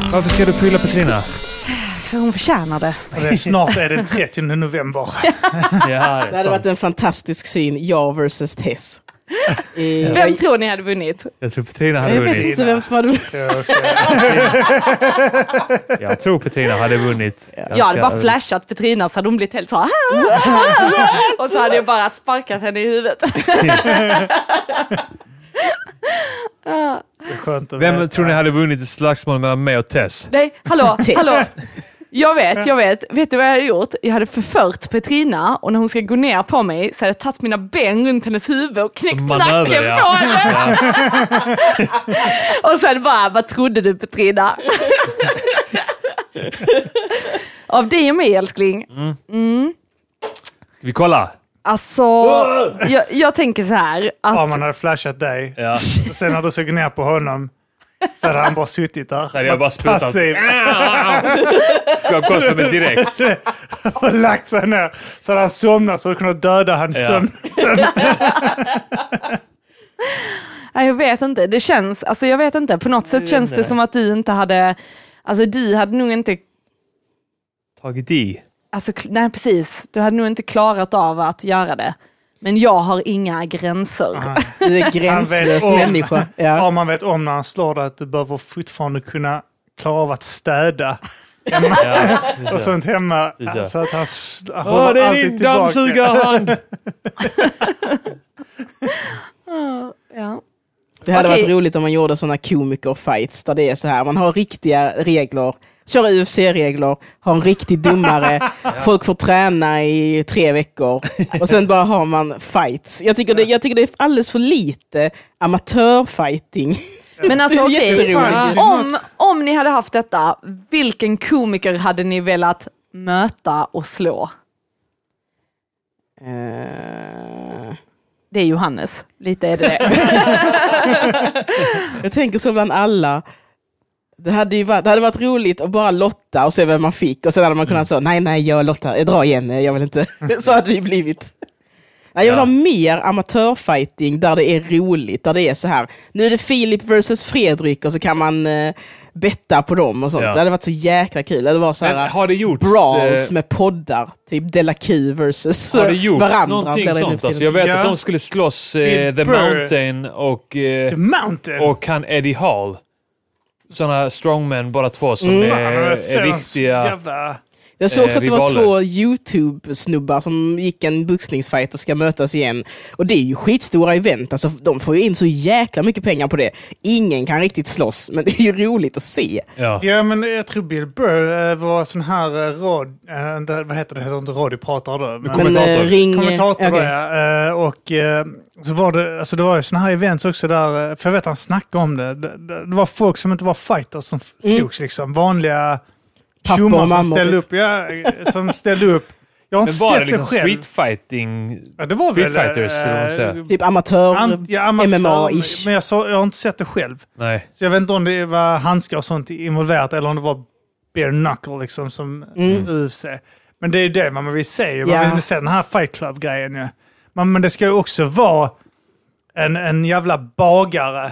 Varför ska du pilla Petrina? För hon förtjänar det. Snart är det den 30 november. Ja, Det hade varit en fantastisk syn, jag versus Tess. Vem tror ni hade vunnit? Jag tror Petrina hade Jag vet vunnit. inte vem som hade vunnit. Jag tror Petrina hade vunnit. Jag hade bara flashat Petrina så hade hon blivit helt så. Och så hade jag bara sparkat henne i huvudet. Vem tror ni hade vunnit ett slagsmål mellan mig och Tess? Nej, hallå. Jag vet. Vet du vad jag hade gjort? Jag hade förfört Petrina och när hon ska gå ner på mig så hade jag tagit mina ben runt hennes huvud och knäckt nacken på henne. Ja. Och sen bara, vad trodde du Petrina? Av dig och mig, älskling. Vi kollar. Alltså, jag tänker så här att... Ja, man hade flashat dig. Ja. Sen när du såg ner på honom så hade han bara suttit där. Så hade jag bara sprutat. Passiv. Jag går för mig direkt. Och lagt sig ner. Så hade han somnat så du kunde döda hans sömn. Nej, jag vet inte. Det känns... Alltså, jag vet inte. På något sätt känns det som att du inte hade... Alltså, du hade nog inte... Tagit i. Alltså, nej, precis. Du hade nog inte klarat av att göra det. Men jag har inga gränser. Du är gränslös människa. Ja, man vet om när han slår dig att du behöver fortfarande kunna klara av att städa. Och sånt hemma. Så att han håller det är alltid din tillbaka. dammsugarhand. Ja. Det hade varit roligt om man gjorde sådana komiker-fights där det är så här. Man har riktiga regler. Kör UFC-regler, har en riktig domare, folk får träna i 3 veckor och sen bara har man fights. Jag tycker det är alldeles för lite amatörfighting. Men alltså okej, om ni hade haft detta, vilken komiker hade ni velat möta och slå? Det är Johannes, lite är det. Jag tänker så bland alla. Det hade varit roligt att bara lotta och se vem man fick. Och sen hade man kunnat säga, nej, jag lottar. Jag drar igen, jag vill inte. Så hade det blivit. Nej, jag vill ha mer amatörfighting där det är roligt. Där det är så här, nu är det Filip versus Fredrik och så kan man betta på dem och sånt. Det hade varit så jäkla kul. Det var så här, har det gjorts brawls med poddar. Typ Della Q versus varandra. Har det gjorts varandra, någonting sånt? Alltså, jag vet att de skulle slåss The Mountain och han Eddie Hall. Såna strongmen bara två som är riktiga jävla... Jag såg också att det var 2 YouTube-snubbar som gick en boxningsfight och ska mötas igen. Och det är ju skitstora event. Alltså, de får ju in så jäkla mycket pengar på det. Ingen kan riktigt slåss, men det är ju roligt att se. Ja, men jag tror Bill Burr var sån här vad heter det? Heter inte radiopratare då? Kommentator. Okay. Och så var det, alltså det var ju såna här events också där, för jag vet han snackade om det. Det var folk som inte var fighters som slogs liksom. Vanliga tjommar som ställde upp. Som ställde upp. Jag har inte sett det liksom själv. Streetfighting. Ja, det var väl fighters, typ amatör MMA-ish. Men jag har inte sett det själv. Nej. Så jag vet inte om det var handskar och sånt involverat eller om det var bare knuckle liksom som UFC. Men det är det man vill se. Man vill se den här Fight Club-grejen. Ja. Men det ska ju också vara en jävla bagare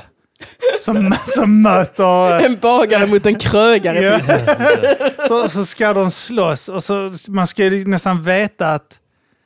som möter... En bagare mot en krögare. Ja. så ska de slåss. Och så, man ska ju nästan veta att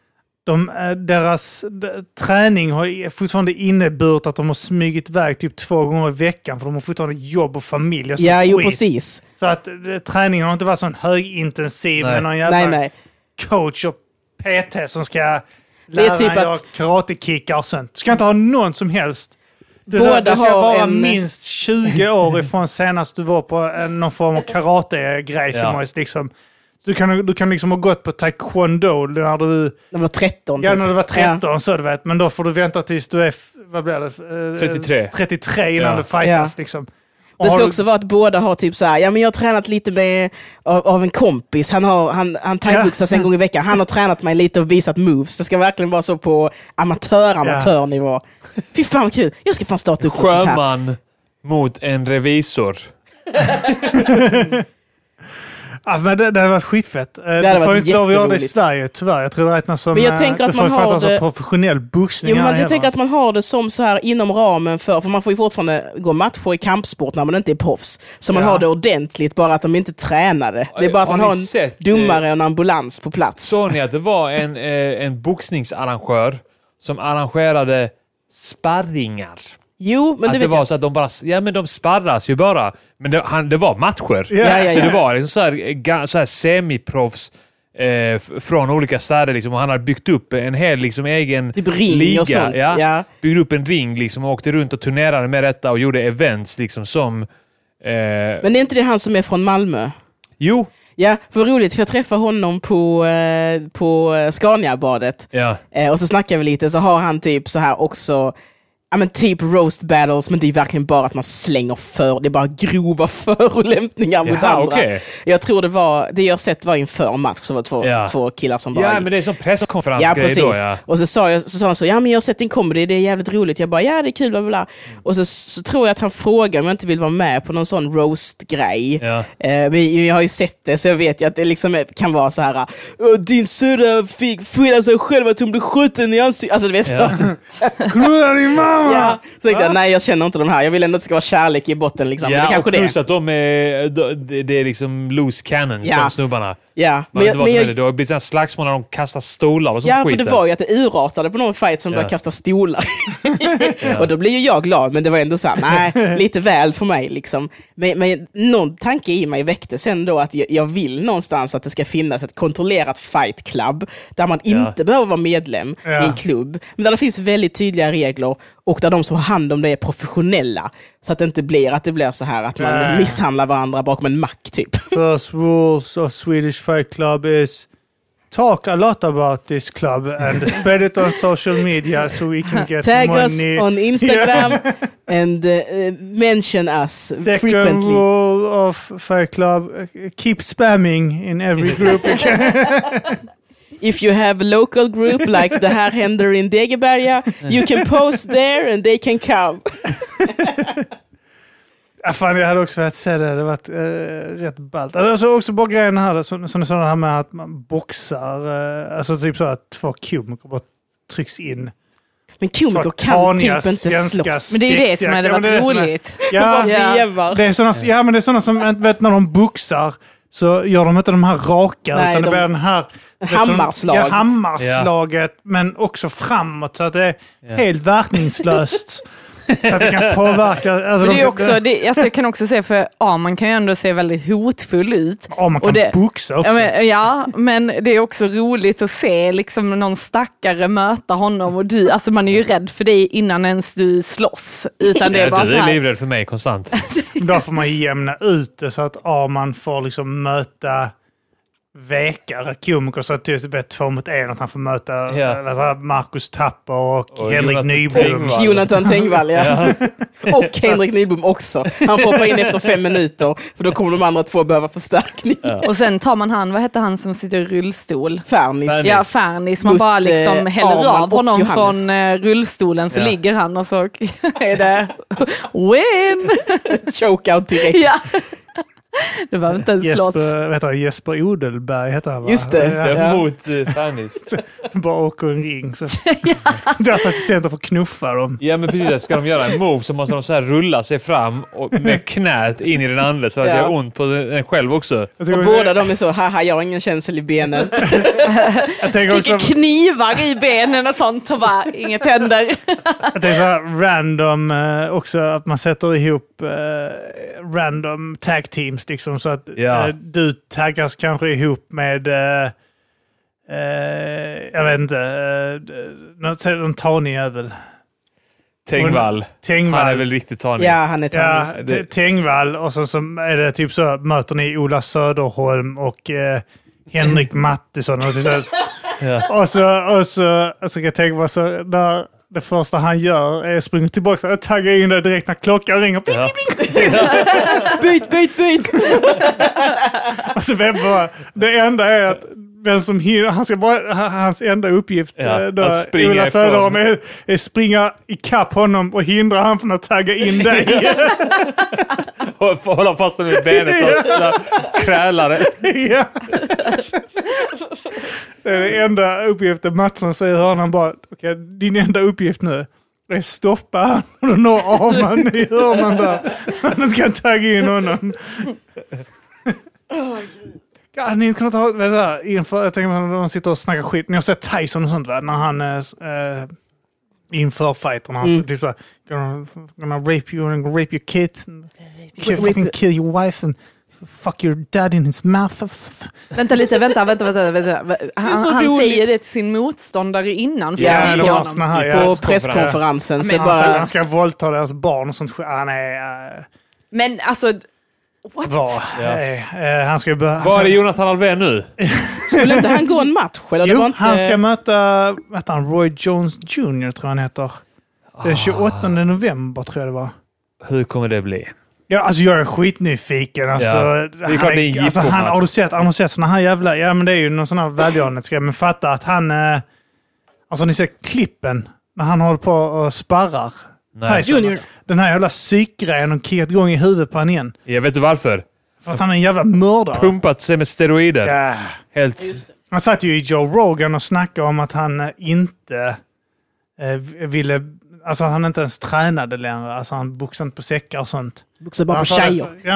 deras träning har fortfarande inneburit att de har smugit iväg typ 2 gånger i veckan för de har fortfarande jobb och familj. Och precis. Så att träningen har inte varit sån högintensiv med någon jävla coach och PT som ska lära typ att karatekickar och sånt. Du ska inte ha någon som helst. Du ska vara minst 20 år ifrån senast du var på någon form av karate-grej som liksom. Du kan liksom ha gått på taekwondo när du var 13. Ja, när du var 13 så du vet. Men då får du vänta tills du är, vad blir det? 33 innan du fightas liksom. Det ska också vara att båda har typ så här, ja men jag har tränat lite med av en kompis. Han thaiboxas en gång i veckan. Han har tränat mig lite och visat moves. Det ska verkligen vara så på amatörnivå. Fy fan vad kul. Jag ska fan starta upp sånt här. Sjöman mot en revisor. Ja, men det hade varit skitfett. Det får inte lov att göra det i Sverige, tyvärr. Jag tror det räknas som... Men jag tänker att man har det... professionell boxning. Jo, men jag tänker att man har det som så här inom ramen för man får ju fortfarande gå matcher i kampsport när man inte är proffs. Så man har det ordentligt, bara att de inte tränade. Det är bara att man har en domare och en ambulans på plats. Såg ni att det var en boxningsarrangör som arrangerade sparringar? Jo, men att det var så att de bara... Ja, men de sparras ju bara. Men det var matcher. Så det var liksom så här semiproffs från olika städer liksom, och han hade byggt upp en hel liksom egen typ ring liga. Och sånt. Ja. Byggde upp en ring liksom, och åkte runt och turnerade med detta och gjorde events liksom som... Men det är inte det han som är från Malmö? Jo. Ja, för roligt, för jag träffade honom på Scania-badet. Ja. Och så snackade vi lite, så har han typ så här också... Ja, men typ roast battles, men det är verkligen bara att man slänger det är bara grova förolämpningar mot andra. Okay. Jag tror det jag sett var inför match, så var två killar som bara... Ja, men det är som presskonferensgrej då, ja. Och så sa han så, ja men jag har sett din comedy, det är jävligt roligt. Jag bara, ja det är kul, bla bla. Och så tror jag att han frågar om jag inte vill vara med på någon sån roast-grej. Ja. Men jag har ju sett det, så jag vet ju att det liksom kan vara så här, din syrra fick skylla sig själv att hon blev skjuten i ansiktet. Alltså du vet så. Knulla din mamma! Ja, så tänkte jag, nej jag känner inte de här. Jag vill ändå att det ska vara kärlek i botten liksom. Ja, men det kanske och plus att det är liksom loose cannons, de snubbarna. Ja, men det har blivit en slagsmål när de kastar stolar och sånt skit. Ja, för det var ju att det urartade på någon fight som började kasta stolar. Och då blir ju jag glad, men det var ändå så här, nej, lite väl för mig liksom. Men någon tanke i mig väckte sen då att jag vill någonstans att det ska finnas ett kontrollerat fight club där man inte behöver vara medlem i en klubb, men där det finns väldigt tydliga regler och där de som har hand om det är professionella, så att det inte blir så här att man misshandlar varandra bakom en mack typ. First rules of Swedish Fight Club is talk a lot about this club and spread it on social media so we can get tag money. Us on Instagram and mention us Second frequently. Rule of Fight Club, keep spamming in every group. If you have a local group like det här händer in Degeberga, you can post there and they can come. Fan, jag hade också velat se det. Det var rätt ballt. Alltså också bara grejen här, som du sa det här med att man boxar. Alltså typ så att 2 komiker bara trycks in. Men komiker kan typ inte slåss. Men det är ju det som hade varit roligt. Ja, det är såna, men det är sådana som vet när de boxar så gör de inte de här raka. Nej, utan det blir den här hammarslag. Hammarslaget, men också framåt så att det är helt verkningslöst. Så att det kan påverka. Alltså det är också, jag kan också se, för man kan ju ändå se väldigt hotfull ut. Man kan boxa också. Men det är också roligt att se liksom någon stackare möta honom och alltså man är ju rädd för det innan ens du slåss. Utan det är bara du är livrädd för mig konstant. Då får man jämna ut det så att man får liksom möta vekare komiker, så att det är 2 mot 1 att han får möta Marcus Tapper och Henrik Nyblom. Jonathan Tengvall, och Henrik Nyblom också. Han får hoppa in efter 5 minuter, för då kommer de andra 2 behöva förstärkning. Och sen tar man vad heter han som sitter i rullstol? Fernis. Ja, Fernis. Man bara liksom häller av honom från rullstolen, så ligger han och så är det win! Chokeout direkt. Ja. Det var inte en slåss. Jesper Odelberg heter han, va? Just det. Mot Fernis. Bara åker en ring. Så. Deras assistenter får knuffa dem. Ja, men precis. Ska de göra en move så måste de så här rulla sig fram och med knät in i den andra så att det gör ont på den själv också. Och båda de är så, haha, jag har ingen känsel i benen. Sticker knivar i benen och sånt och bara, inget händer. Det är så här random också, att man sätter ihop random tag teams liksom, så att du taggas kanske ihop med jag vet inte, någon tanig övel. Tengvall. Han är väl riktigt tanig. Ja, han är tanig. Ja, Tengvall, och så är det typ så, möter ni Ola Söderholm och Henrik Mattisson och så. Och så kan jag tänka mig så när det första han gör är springa tillbaka och tagga in där direkt när klockan ringer. Byt! Alltså det enda är att vem som hans enda uppgift att springa Ola Söderholm är springa ikapp honom och hindra han från att tagga in dig. Och hålla fast den med benet och krälar det. Ja. Det är den enda uppgiften. Mattsson säger hörnan bara, okej, din enda uppgift nu är stoppa han och nå armen i hörnan där. Man inte kan tagga in honom. Ja, ni kan ta inför, jag tänker när de sitter och snackar skit. Ni har sett Tyson och sånt, va? När han inför fighterna. Han typ såhär, gonna rape you and rape your kid. Fucking kill your wife and fuck your dad in his mouth. Vänta lite. Han säger det till sin motståndare innan. På presskonferensen. Så han ska våldta deras barn och sånt. Men alltså... What? Han ska börja... Var är Jonathan Alvén nu? Skulle inte han gå en match? Eller jo, det var inte... han ska möta Roy Jones Jr. tror jag han heter. Den 28 november tror jag det var. Hur kommer det bli? Ja, alltså jag är skitnyfiken. Alltså, det är klart det är en alltså, har du sett såna här jävla... Ja, men det är ju någon sån här välgörenhetsgrej. Men fatta att han... Alltså ni ser klippen när han håller på och sparrar. Tyson. Den här jävla psykgrejen och kickat igång i huvudet på han igen. Jag vet du varför? För att han är en jävla mördare. Pumpat sig med steroider. Ja. Helt... Han satt ju i Joe Rogan och snackade om att han inte ville... Alltså han inte ens tränade längre. Alltså han boxade inte på säckar och sånt. Boxade bara på tjejer. Ja,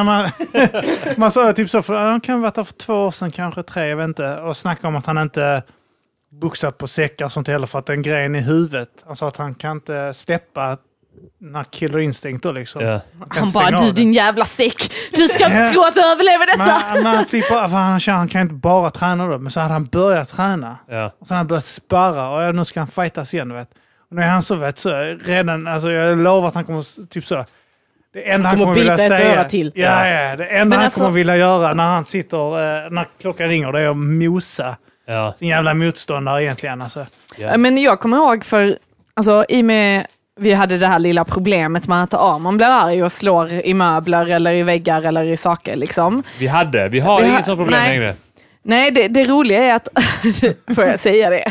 man sa det typ så. För han kan ha varit där för 2 år sedan, kanske 3, jag vet inte. Och snackade om att han inte boxade på säckar och sånt heller. För att den grejen i huvudet. Han sa att han kan inte släppa den här killer instinct då liksom. Yeah. Han bara, du din jävla säck. Du ska inte tro att du överlever detta. Men han flippar, för han kan inte bara träna då. Men så hade han börjat träna. Yeah. Och så hade han börjat sparra. Och nu ska han fightas igen, vet. Och nu är han så vet så redan, alltså jag lovar att han kommer typ så. Det enda han kommer vilja säga. Ett öra till. Ja. Det enda han kommer vilja göra när han sitter, när klockan ringer, det är att mosa sin jävla motståndare egentligen. Alltså. Yeah. Men jag kommer ihåg för, alltså i och med vi hade det här lilla problemet med att man blir arg och slår i möbler eller i väggar eller i saker liksom. Vi har inget sånt problem längre. Nej, det roliga är att får jag säga det?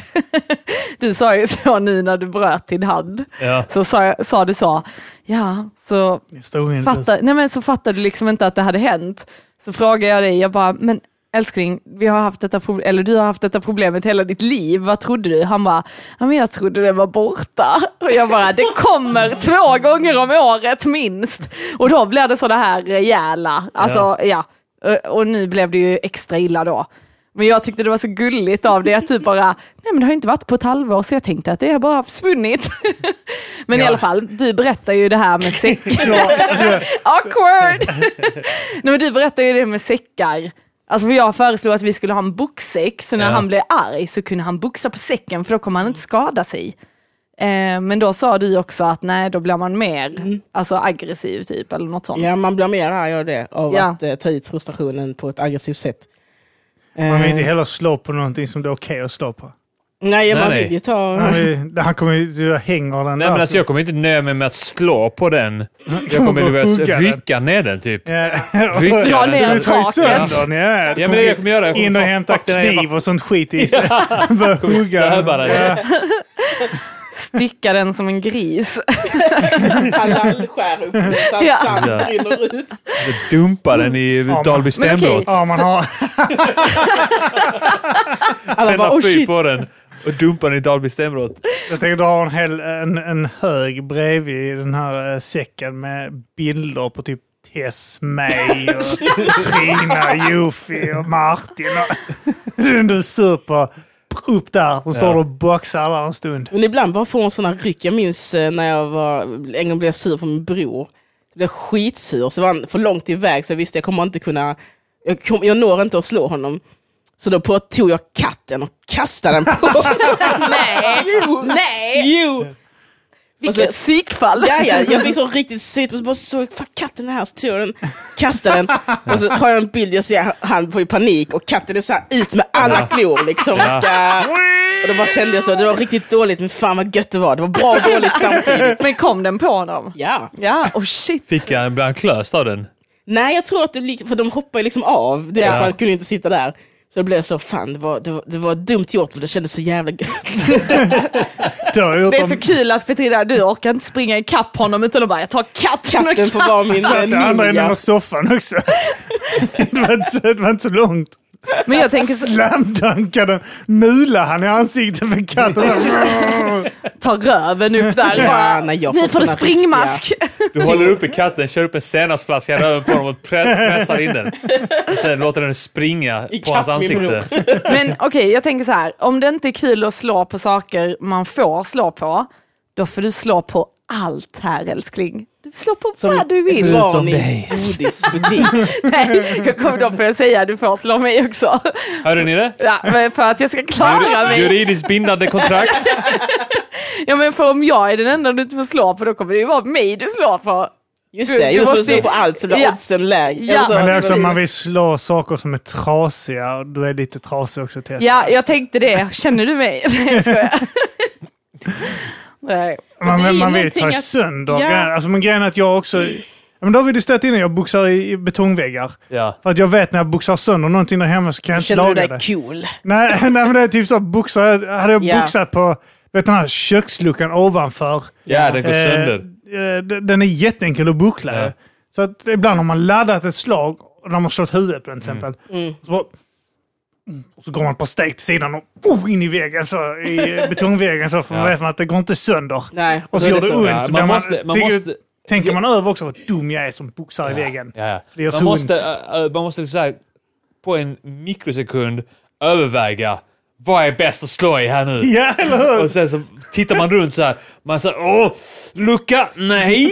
Du sa ju så nu när du bröt din hand. Ja. Så sa du så. Ja, så fattade du liksom inte att det hade hänt. Så frågade jag dig, jag bara, men älskling, vi har haft detta problem, eller du har haft detta problemet hela ditt liv. Vad trodde du? Han bara, ja men jag trodde det var borta. Och jag bara, det kommer 2 gånger om året minst. Och då blev det sådana här rejäla. Alltså, ja. Och nu blev det ju extra illa då. Men jag tyckte det var så gulligt av det. Typ bara, nej men det har inte varit på ett halvår så jag tänkte att det har bara försvunnit. Men i alla fall, du berättar ju det här med säckar. Awkward! Nej men du berättar ju det med säckar. Alltså för jag föreslog att vi skulle ha en boxsäck. Så när han blev arg så kunde han boxa på säcken. För då kommer han inte skada sig. Men då sa du också att nej, då blir man mer alltså aggressiv typ eller något sånt. Ja, man blir mer arg av det. Av att ta ut frustrationen på ett aggressivt sätt. Man vill inte heller slå på någonting som det är okej att slå på. Nej, man vill ju ta... Han kommer ju hänger den. Nej, men alltså, jag kommer inte nöja mig med att slå på den. Jag kommer rycka ner den typ. Dra ner taket. Ja, men jag kommer göra det. In och hämta kniv och sånt skit i sig. Börja hugga. Stycka den som en gris. Han skär upp så att sand rinner ut. Dumpa den i Dalby stenbrott. Ja, man har... Alla bara, shit. På den och dumpa den i Dalby stenbrott. Jag tänker dra en hög bredvid den här säcken med bilder på typ Tess, mig och Trina, Jofi och Martin. Du super upp där och står och boxar där en stund. Men ibland bara får man sådana ryck. Jag minns när jag en gång blev sur på min bror. Jag blev skitsur. Så var han för långt iväg så jag visste jag kommer inte kunna... Jag når inte att slå honom. Så då tog jag katten och kastade den på. Nej! Vilket psykfall. Ja, jag fick så riktigt syt och så bara såg katten här, så tog den, kastade den och så har jag en bild, jag ser han får i panik och katten är så här ut med alla klor liksom. Och då bara kände jag så, det var riktigt dåligt, men fan vad gött det var. Det var bra och dåligt samtidigt. Men kom den på honom? Ja. Ja, shit. Fick han klöst av den? Nej, jag tror att för de hoppar ju liksom av. Det för att kunde inte sitta där. Så det blev så, fan, det var dumt gjort, men det kändes så jävla gött. Det är så kul att Petrina, du orkar inte springa i kapp honom utan att bara, jag tar katten får vara min ninja. Andra änden av soffan också. det var inte så långt. Men jag tänker slamdankar den, mula han i ansiktet för katten. Ta röven upp där. Ni får springmask. Du håller upp i katten, kör upp en senapsflaska i röven på honom och pressar in den. Och sen låter den springa på hans ansikte. Men okej, jag tänker så här. Om det inte är kul att slå på saker man får slå på, då får du slå på allt här, älskling. Du får slå på vad du vill. Barn i godisbutik. Nej, jag kommer då för att säga du får slå mig också. Hörde ni det? Ja, men för att jag ska klara mig. Juridiskt bindande kontrakt. Ja, men för om jag är den enda du inte får slå på, då kommer det ju vara mig du slår på. Just det, du måste slå på allt så blir oddsen lägre. Ja. Men det är också om man vill slå saker som är trasiga, och du är lite trasig också. Testa. Ja, jag tänkte det. Känner du mig? Nej, jag skojar. Nej. Man vill ta sönder. Ja. Alltså, men grejen är att jag också... Men då har vi det stött innan jag boxar i betongväggar. Ja. För att jag vet när jag boxar sönder någonting där hemma så kan jag inte laga det. Känner du dig cool? Nej, men det är typ så boxar. Hade jag boxat på den här köksluckan ovanför. Ja, den går sönder. Den är jätteenkel att buckla. Ja. Så att ibland har man laddat ett slag och de har slått huvudet på den till exempel. Och så går man på steg till sidan och in i väggen så, i betongväggen så får man veta att det går inte sönder. Nej, och så gör det ont. Man måste tänker man över också vad dum jag är som boxar i väggen. Ja. Det är så man måste så här, på en mikrosekund överväga vad är bäst att slå i här nu? Ja, eller hur? Och sen så tittar man runt så här. Man säger, lucka, nej.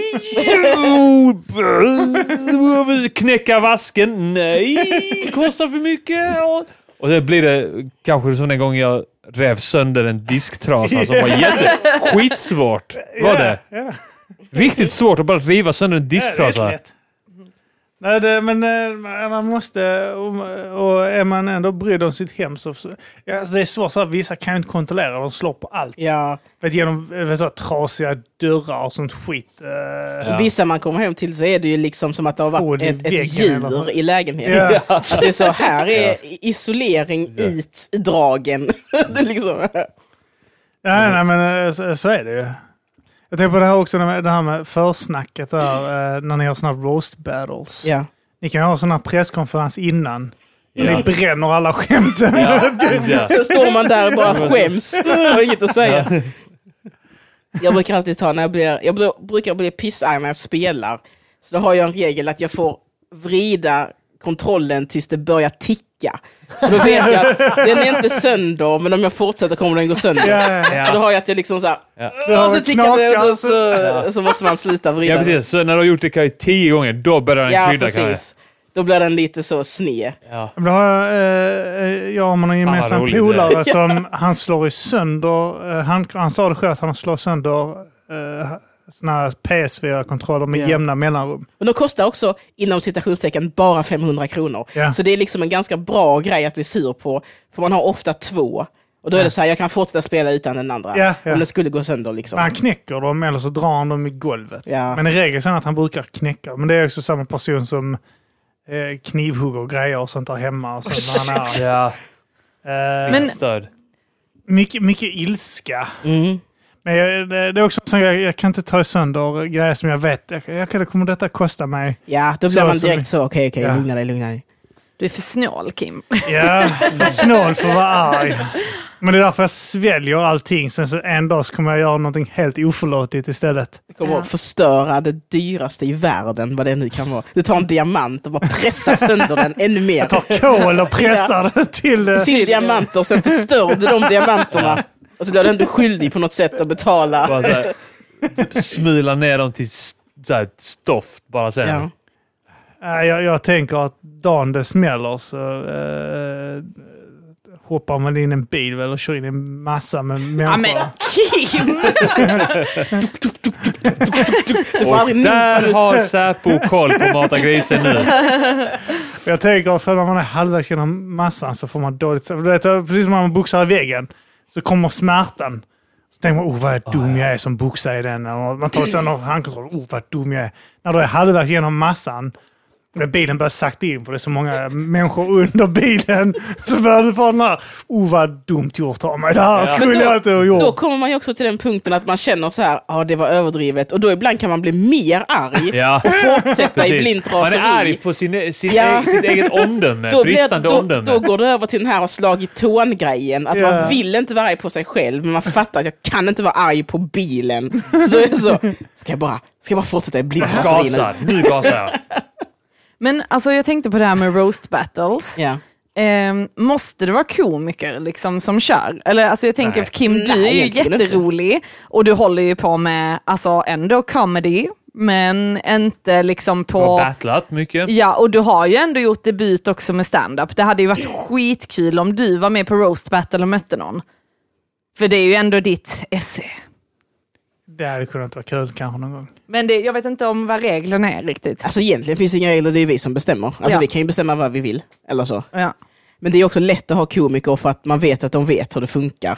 Knäcka vasken, nej. Kostar för mycket. Och det blir det kanske som den gången jag rev sönder en disktrasa som var skitsvårt. Var det? Ja. Riktigt svårt att bara riva sönder en disktrasa. Nej, men man måste, och är man ändå brydd om sitt hem så alltså det är svårt att vissa kan inte kontrollera, de slår på allt. Ja. Genom så trasiga dörrar och sånt skit. Vissa man kommer hem till så är det ju liksom som att det har varit ett djur i lägenheten. Ja. Det är så, här är isolering utdragen. Det är liksom... Nej, men så är det ju. Jag tänker på det här också, det här med försnacket där, när ni har såna roast battles. Ja. Ni kan ha såna presskonferens innan. Ni bränner alla skämten. Så står man där och bara skäms. Jag har inget att säga. Jag brukar alltid ta jag brukar bli pissarg när jag spelar. Så då har jag en regel att jag får vrida kontrollen tills det börjar ticka. Och då vet jag att den är inte sönder, men om jag fortsätter kommer den gå sönder. Så då har jag att jag liksom så här, och så tickar det och så måste man sluta vrida. Ja, precis. Så när du har gjort det 10 gånger, då börjar den krydda. Ja, precis. Då blir den lite så sned. Ja. Då har jag har en gemensam polare som han slår i sönder. Han sa det själv att han slår sönder såna här PS4-kontroller med jämna mellanrum. Men de kostar också, inom citationstecken, bara 500 kronor. Ja. Så det är liksom en ganska bra grej att bli sur på. För man har ofta 2. Och då är det så här, jag kan fortsätta spela utan den andra. Om det skulle gå sönder liksom. Men han knäcker dem eller så drar han dem i golvet. Ja. Men i regel så är det att han brukar knäcka. Men det är också samma person som knivhugger och grejer och sånt där hemma. Och sånt när han men stöd. Mycket ilska. Men det är också så jag kan inte ta sönder grejer som jag vet. Kommer detta kosta mig? Ja, då blir man direkt så okej, lugna dig. Du är för snål, Kim. Ja, för snål för att vara arg. Men det är därför jag sväljer allting. Sen så en dag så kommer jag göra någonting helt oförlåtligt istället. Det kommer att förstöra det dyraste i världen, vad det nu kan vara. Du tar en diamant och bara pressar sönder den ännu mer. Jag tar kol och pressar den till diamanter och sen förstör du de diamanterna. Och så blir du ändå skyldig på något sätt att betala. Bara så här, smula ner dem till så här stoft bara sen. Ja. Jag tänker att dagen det smäller så hoppar man in en bil eller kör in en massa med människor. Ja, men Kim! Och där har Säpo koll på Mata grisen nu. Jag tänker så när man är halvvägs genom massan så får man dåligt. Precis som man boxar i väggen. så kommer smärtan. Så tänker man, vad dum jag är som boxar i den. Man tar sig någon handkontroll, vad dum jag är. När du är halvvägs genom massan, när bilen börjar sakta in, för det är så många människor under bilen, så börjar du få den här, vad dumt gjort av mig. Det här skulle jag inte ha gjort. Då kommer man ju också till den punkten att man känner så här, det var överdrivet. Och då ibland kan man bli mer arg och fortsätta i blint raseri. Man är arg på sitt eget omdöme, bristande omdöme. Då går det över till den här slag i tån-grejen. Att man vill inte vara arg på sig själv, men man fattar att jag kan inte vara arg på bilen. Så då är det så, ska jag bara fortsätta i blint raseri nu gasar jag. Men alltså jag tänkte på det här med roast battles. Ja. Måste det vara komiker liksom som kör? Eller alltså jag tänker, Kim, du är ju jätterolig inte. Och du håller ju på med alltså ändå comedy, men inte liksom på... Du har battlat mycket. Ja, och du har ju ändå gjort debut också med stand-up. Det hade ju varit skitkul om du var med på roast battle och mötte någon. För det är ju ändå ditt esse. Det hade kunnat vara kul kanske någon gång. Men jag vet inte om vad reglerna är riktigt. Alltså egentligen finns det inga regler, det är vi som bestämmer. Alltså vi kan ju bestämma vad vi vill, eller så. Ja. Men det är också lätt att ha komiker för att man vet att de vet hur det funkar.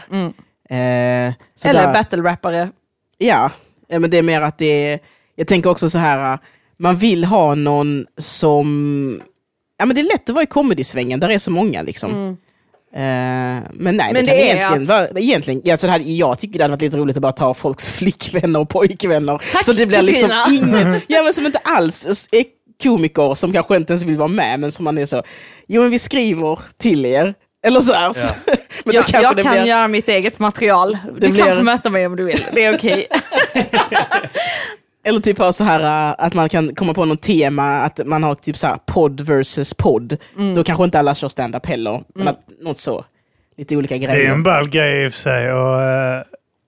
Eller battle-rappare. Ja, men det är mer att jag tänker också så här, man vill ha någon som... Ja, men det är lätt att vara i comedy-svängen, där är så många liksom. Men nej, men det är egentligen jag tycker det hade varit lite roligt att bara ta folks flickvänner och pojkvänner. Tack, så det blir liksom Katrina. men som inte alls är komiker, som kanske inte ens vill vara med, men som man är så, men vi skriver till er eller så här. Ja. Men jag kan göra mitt eget material. Du kan få möta mig om du vill. Det är okej. Eller typ så här att man kan komma på något tema, att man har typ så här podd versus podd. Då kanske inte alla kör stand-up heller. Men att något så. Lite olika grejer. Det är en ball grej i och för sig. Och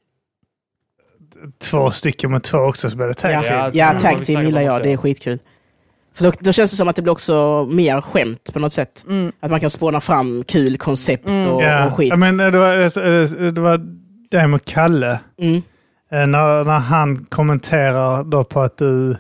2 stycken med 2 också så blir det tag team. Ja, tag team gillar jag. Det är skitkul. För då känns det som att det blir också mer skämt på något sätt. Att man kan spåna fram kul koncept och skit. Ja, men det var det med Kalle. När han kommenterar då på att du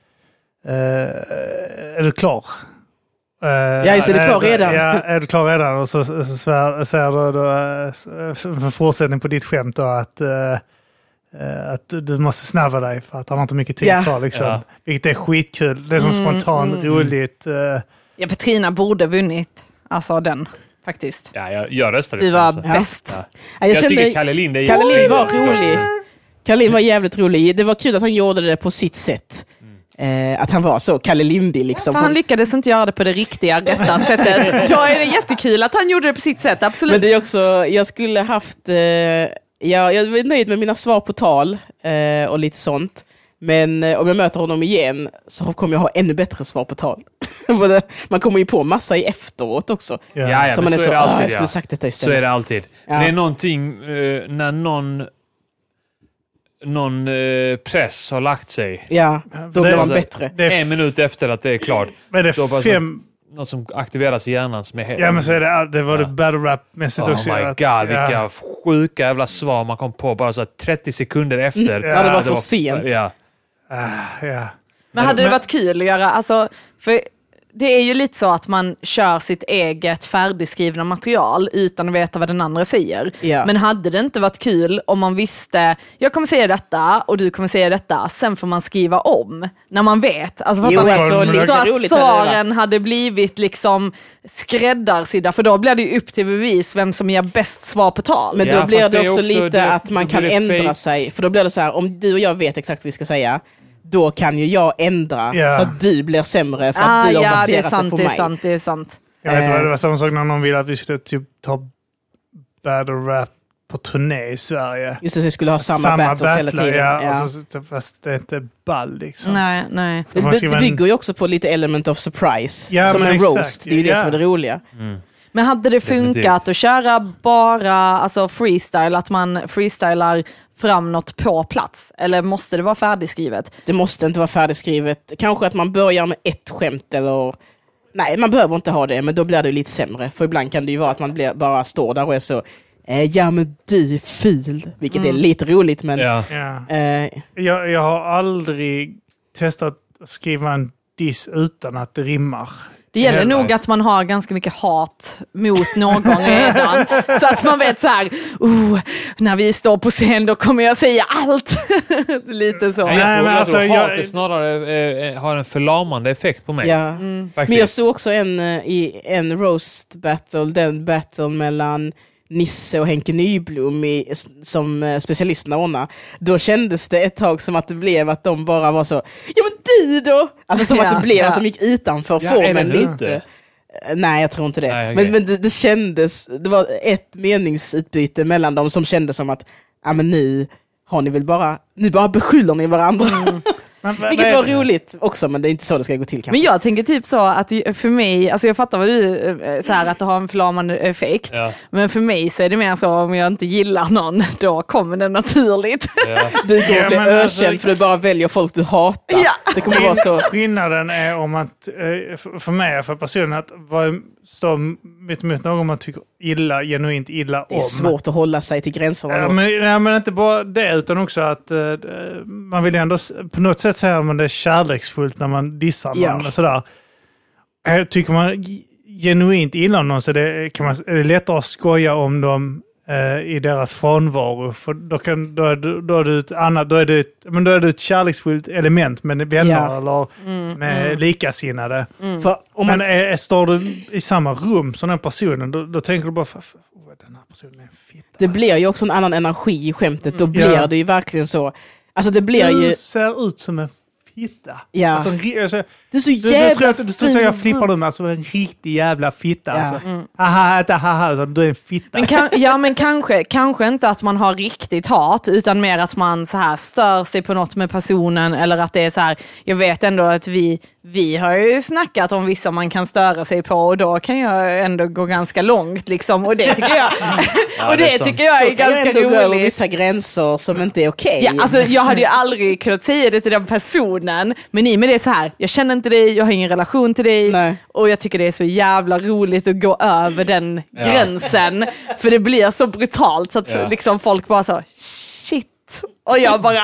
är du klar? Ja, just det, är du klar redan? Ja, är du klar redan? Och så säger då för fortsättning på ditt skämt då att du måste snabba dig för att han har inte mycket tid kvar liksom. Ja. Vilket är skitkul. Det är som spontant roligt. Ja, Petrina borde vunnit alltså den faktiskt. Ja, jag röstade. Du var bäst. Ja. Jag tycker Kalle Lind var rolig. Kalle Lind var jävligt rolig. Det var kul att han gjorde det på sitt sätt. Att han var så Kalle Lindy liksom. För han lyckades inte göra det på det riktiga, rätta sättet. Då är det jättekul att han gjorde det på sitt sätt, absolut. Men det är också, jag skulle haft... jag var nöjd med mina svar på tal och lite sånt. Men om jag möter honom igen så kommer jag ha ännu bättre svar på tal. Man kommer ju på massa i efteråt också. Ja, så man är så, jag skulle sagt detta istället. Så är det alltid. Ja. Det är någonting när någon press har lagt sig. Ja, då blir man bättre. En minut efter att det är klart. Men det är något som aktiveras i hjärnan som är helt... Ja, men så är det var det battle rap-mässigt också. Oh my god, vilka sjuka jävla svar man kom på bara så 30 sekunder efter. Ja, det var för sent. Ja. Men hade det varit kul att göra, alltså, för det är ju lite så att man kör sitt eget färdigskrivna material utan att veta vad den andra säger. Ja. Men hade det inte varit kul om man visste, jag kommer säga detta och du kommer säga detta, sen får man skriva om när man vet. Alltså, så att svaren hade blivit liksom skräddarsydda, för då blir det ju upp till bevis vem som ger bäst svar på tal. Men då blir det också lite att man kan ändra sig, för då blir det så här, om du och jag vet exakt vad vi ska säga, då kan ju jag ändra så att du blir sämre för att du har baserat det på mig. Det är sant. Jag vet vad det var samma sak när någon ville att vi skulle typ ta battle rap på turné i Sverige. Just det, så vi skulle ha samma battles hela tiden. Ja. Och så, fast det är inte ball liksom. Nej. Det bygger ju också på lite element of surprise. Som en roast, det är ju det som är det roliga. Men hade det funkat att köra bara alltså freestyle, att man freestylar fram något på plats? Eller måste det vara färdigskrivet? Det måste inte vara färdigskrivet. Kanske att man börjar med ett skämt eller... Nej, man behöver inte ha det, men då blir det lite sämre. För ibland kan det ju vara att man bara står där och är så... ja, men du är fil. Vilket är lite roligt, men... Jag har aldrig testat att skriva en diss utan att det rimmar. Det gäller nog att man har ganska mycket hat mot någon redan. Så att man vet så här, när vi står på scen då kommer jag säga allt. Lite så. Jag tror hatet snarare har en förlamande effekt på mig. Ja. Men jag såg också en roast battle, den battle mellan Nisse och Henke Nyblom som specialisterna ordnar. Då kändes det ett tag som att det blev att de bara var så, ja men du då! Alltså som att det blev att de gick utanför formen lite. Nej, jag tror inte det. Nej, okay. Men det kändes, det var ett meningsutbyte mellan dem som kändes som att men nu har ni väl bara beskyller ni varandra. Vilket var roligt också, men det är inte så det ska gå till kanske. Men jag tänker typ så att för mig, alltså jag fattar vad du så här, att det har en förlamande effekt. Ja. Men för mig så är det mer så, om jag inte gillar någon, då kommer det naturligt. Ja. Du kommer bli ökänd för du bara väljer folk du hatar. Ja. Det kommer vara så. Skillnaden är om att, för mig, för personen, att stå mitt emot någon man tycker genuint illa om. Det är svårt att hålla sig till gränserna. Ja, men inte bara det, utan också att man vill ändå på något sätt säga att det är kärleksfullt när man dissar någon och sådär. Tycker man genuint illa om någon, så är det lättare att skoja om dem i deras frånvaro, för då är det ett kärleksfullt element med vänner eller med likasinnade. Men står du i samma rum som den personen, då tänker du bara den här personen är en fitta. Det blir ju också en annan energi i skämtet. Då blir det ju verkligen så. Alltså det blir du ju ser ut som en fitta. Ja. Alltså, det är så jävla fint. Jag flippar med alltså en riktig jävla fitta. Ja. Alltså. Du är en fitta. Men kanske inte att man har riktigt hat, utan mer att man så här stör sig på något med personen, eller att det är så här, jag vet ändå att vi har ju snackat om vissa man kan störa sig på, och då kan jag ändå gå ganska långt liksom, och det tycker jag tycker jag är ganska roligt. Gå över vissa gränser som inte är okej. Ja, alltså jag hade ju aldrig kunnat säga det till den personen, men i med det är så här, jag känner inte dig, jag har ingen relation till dig. Nej. Och jag tycker det är så jävla roligt att gå över den gränsen, för det blir så brutalt så att liksom folk bara så shit. Och jag bara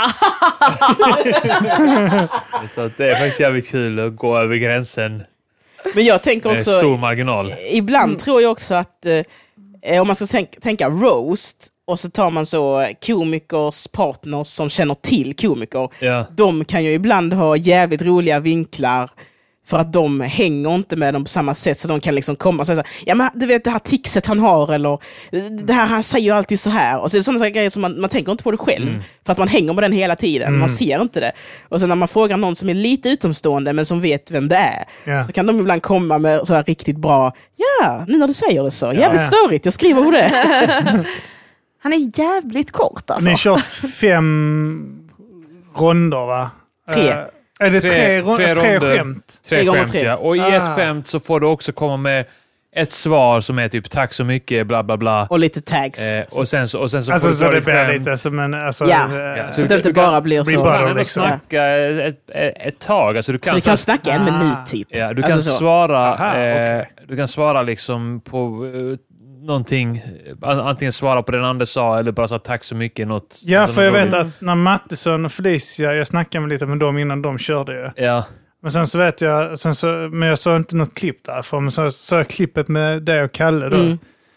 så det är faktiskt jävligt kul att gå över gränsen. Men jag tänker också stor marginal. Ibland tror jag också att om man ska tänka roast, och så tar man så komikers partners som känner till komiker. De kan ju ibland ha jävligt roliga vinklar, för att de hänger inte med dem på samma sätt, så de kan liksom komma och säga så, ja men du vet det här tixet han har, eller det här, han säger ju alltid så här, och så är det sådana grejer som man tänker inte på det själv, för att man hänger med den hela tiden, man ser inte det. Och sen när man frågar någon som är lite utomstående men som vet vem det är, så kan de ibland komma med så här riktigt bra, nu när du säger det så, jävligt störigt, jag skriver det. Han är jävligt kort alltså. Ni kör 5 ronder va? 3. Är det 3 skämt? 3 skämt, ja. Och i ett skämt så får du också komma med ett svar som är typ tack så mycket, bla bla bla. Och lite tags. Och sen så alltså, får så det blir lite som en... Alltså, så det inte bara blir så. Du kan ändå snacka ett tag. Alltså, så du kan snacka en minut typ. Ja, du kan alltså svara du kan svara liksom på någonting, antingen svara på den andra sa, eller bara säga tack så mycket. Något, ja, för jag vet att när Mattisson och Felicia, jag snackade med lite med dem innan de körde ju. Ja. Men sen så vet jag, men jag såg inte något klipp därför, men så såg jag klippet med dig och Kalle då.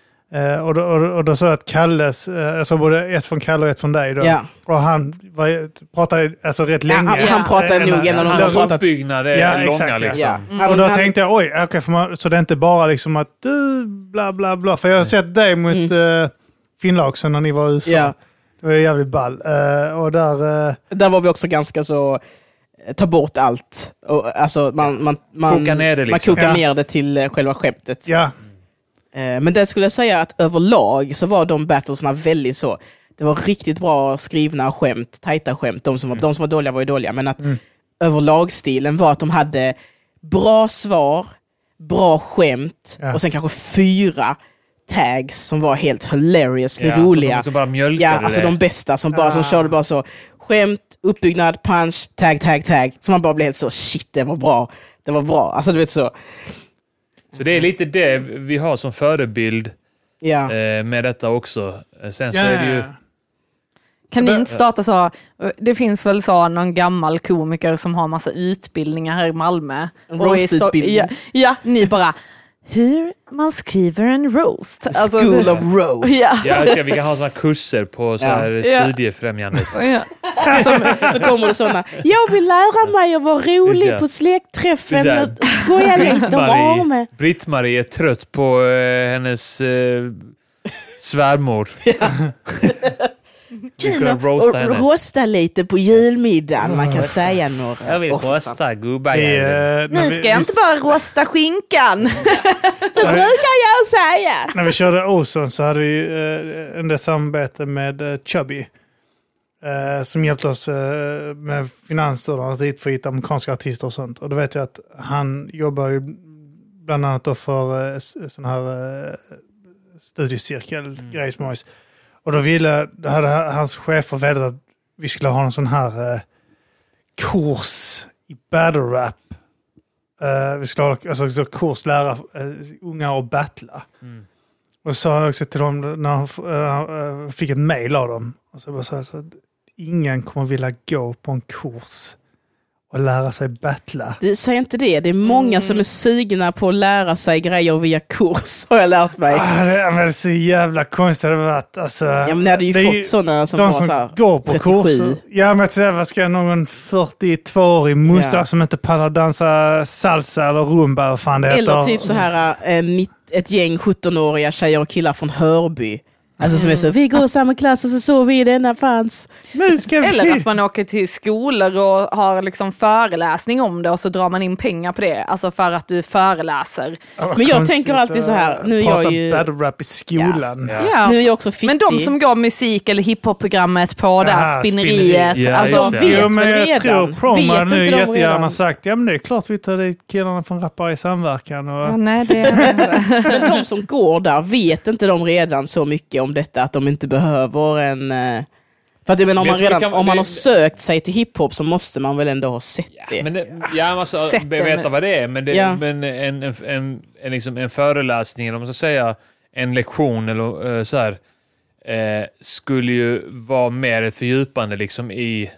Och då såg jag att Kalles, jag såg både ett från Kalle och ett från dig då. Ja. Och han pratade alltså rätt länge. Han pratade nog en av de som pratat. Uppbyggnad är långa exakt, liksom. Ja. Och då tänkte jag, okej, så det är inte bara liksom att du bla bla bla. För jag har sett dig mot Finnla också när ni var i USA. Ja. Det var jävligt ball. Och där var vi också ganska så... ta bort allt. Och, alltså, man kokar ner det, liksom. Man kokar ner det till själva skeppet. Ja. Men det skulle jag säga att överlag så var de battlesna väldigt så. Det var riktigt bra skrivna skämt, tajta skämt. De som var dåliga var ju dåliga. Men att överlag-stilen var att de hade bra svar, bra skämt och sen kanske 4 tags som var helt hilarious, roliga. Som bara mjölkade alltså de bästa som bara som körde bara så skämt, uppbyggnad, punch, tag. Så man bara blev helt så, shit, det var bra. Alltså du vet så. Så det är lite det vi har som förebild med detta också. Sen så är det ju... Kan ni inte starta så? Det finns väl så någon gammal komiker som har massa utbildningar här i Malmö. Roast-utbildning. Ja, ni bara... Hur man skriver en roast. Alltså, School of roast. Ja, vi kan ha såna kurser på så här studiefrämjandet. Så kommer det såna. Jag vill lära mig att vara rolig på släktträffen och skoja längs de armen. Britt-Marie är trött på hennes svärmor. Kul att rosta lite på julmiddagen. Man kan säga några. Jag vill rosta gubbar. Nu ska jag inte bara rosta skinkan. Så brukar jag säga. När vi körde Ozon så hade vi en samarbete med Chubby. Som hjälpte oss med finanser och hit för att hitta amerikanska artister och sånt. Och då vet jag att han jobbar ju bland annat då för sån här studiecirkel grejsmojs. Och då hade hans chefer velat att vi skulle ha en sån här kurs i battle rap. Vi skulle ha alltså kurs lära unga att battla. Och så sa jag också till dem när jag fick ett mejl av dem. Och så bara så att ingen kommer vilja gå på en kurs och lära sig battla. Säg inte det. Det är många som är sugna på att lära sig grejer via kurs, har jag lärt mig. Det är så jävla konstigt det varit. Alltså, men det hade ju fått sådana som de var som så här, går på 37. kurser. Ja, men vad ska någon 42-årig mussa som inte pallar dansa salsa eller rumba eller fan det heter. Eller typ så här ett gäng 17-åriga tjejer och killar från Hörby. Alltså som är så, vi går i samma klass och så såg vi denna fanns. Eller att man åker till skolor och har liksom föreläsning om det och så drar man in pengar på det. Alltså för att du föreläser. Men jag tänker alltid så här, nu är jag ju... battle rap i skolan. Ja. Nu är jag också fittig. Men de som går musik- eller hiphop-programmet på det här spinneriet. Ja, alltså, vet väl men jag redan. tror Promar Vet nu inte de jättegärna redan? sagt, ja men det är klart vi tar dit killarna från Rappare i samverkan. Och... Ja, nej, det är... Men de som går där, vet inte de redan så mycket om detta att de inte behöver en... För att jag menar, om man har sökt sig till hiphop så måste man väl ändå ha sett det. Man måste veta vad det är. Men, liksom en föreläsning, eller om man ska säga en lektion eller så här, skulle ju vara mer ett fördjupande liksom i...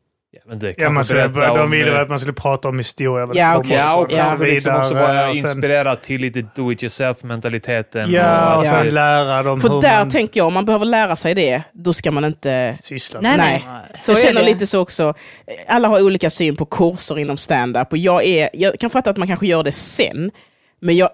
de ville att man skulle prata om historia. Och liksom också vara inspirerad till lite do-it-yourself-mentaliteten. Och sen lära dem. För där tänker jag, om man behöver lära sig det, då ska man inte... syssla. Nej. Så jag känner lite så också. Alla har olika syn på kurser inom stand-up. Och jag kan fatta att man kanske gör det sen. Men jag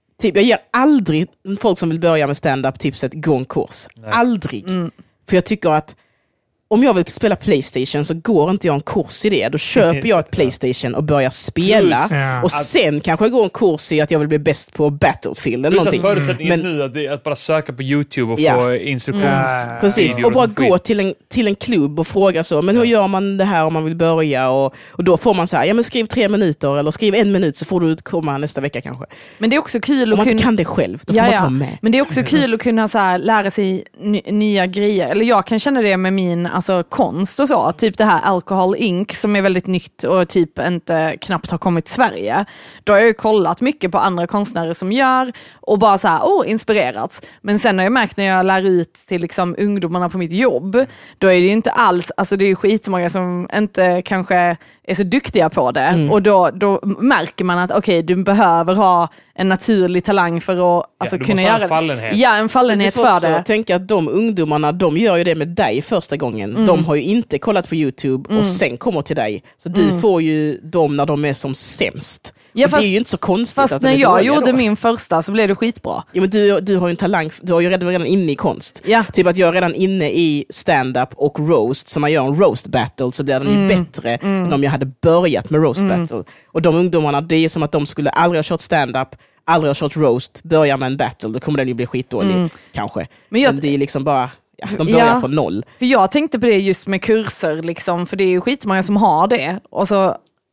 ger aldrig folk som vill börja med stand-up tipset gå en kurs. Nej. Aldrig. För jag tycker att om jag vill spela PlayStation så går inte jag en kurs i det. Då köper jag ett PlayStation och börjar spela. Och sen kanske jag går en kurs i att jag vill bli bäst på Battlefield eller någonting. Förutsättningen nu att bara söka på YouTube och få instruktioner. Precis, och bara gå till en klubb och fråga så. Men hur gör man det här om man vill börja? Och då får man så här, men skriv 3 minuter eller skriv 1 minut så får du komma nästa vecka kanske. Men det är också kul att man kan det själv, då får man ta med. Men det är också kul att kunna så här, lära sig nya grejer. Eller jag kan känna det med min konst och så. Typ det här Alcohol Inc. som är väldigt nytt och typ inte knappt har kommit till Sverige. Då har jag ju kollat mycket på andra konstnärer som gör och bara så här, inspirerats. Men sen har jag märkt när jag lär ut till liksom ungdomarna på mitt jobb, då är det ju inte alls, alltså det är ju skitmånga som inte kanske är så duktiga på det. Och då märker man att okej, du behöver ha en naturlig talang för att kunna göra fallenhet. En fallenhet för det. Jag tänker att de ungdomarna, de gör ju det med dig första gången. De har ju inte kollat på YouTube och sen kommer till dig. Så du får ju dem när de är som sämst. Ja, fast, det är ju inte så konstigt. Fast när jag gjorde min första så blev det skitbra. Ja, men du har ju en talang, du har ju redan inne i konst. Ja. Typ att jag är redan inne i stand-up och roast. Så när jag gör en roast battle så blir den ju bättre än om jag hade börjat med roast battle. Och de ungdomarna, det är som att de skulle aldrig ha kört stand-up, aldrig ha kört roast, börja med en battle, då kommer den ju bli skitdålig kanske. Men det är liksom bara... Ja, de börjar från 0. För jag tänkte på det just med kurser, liksom, för det är ju skitmånga som har det. Och så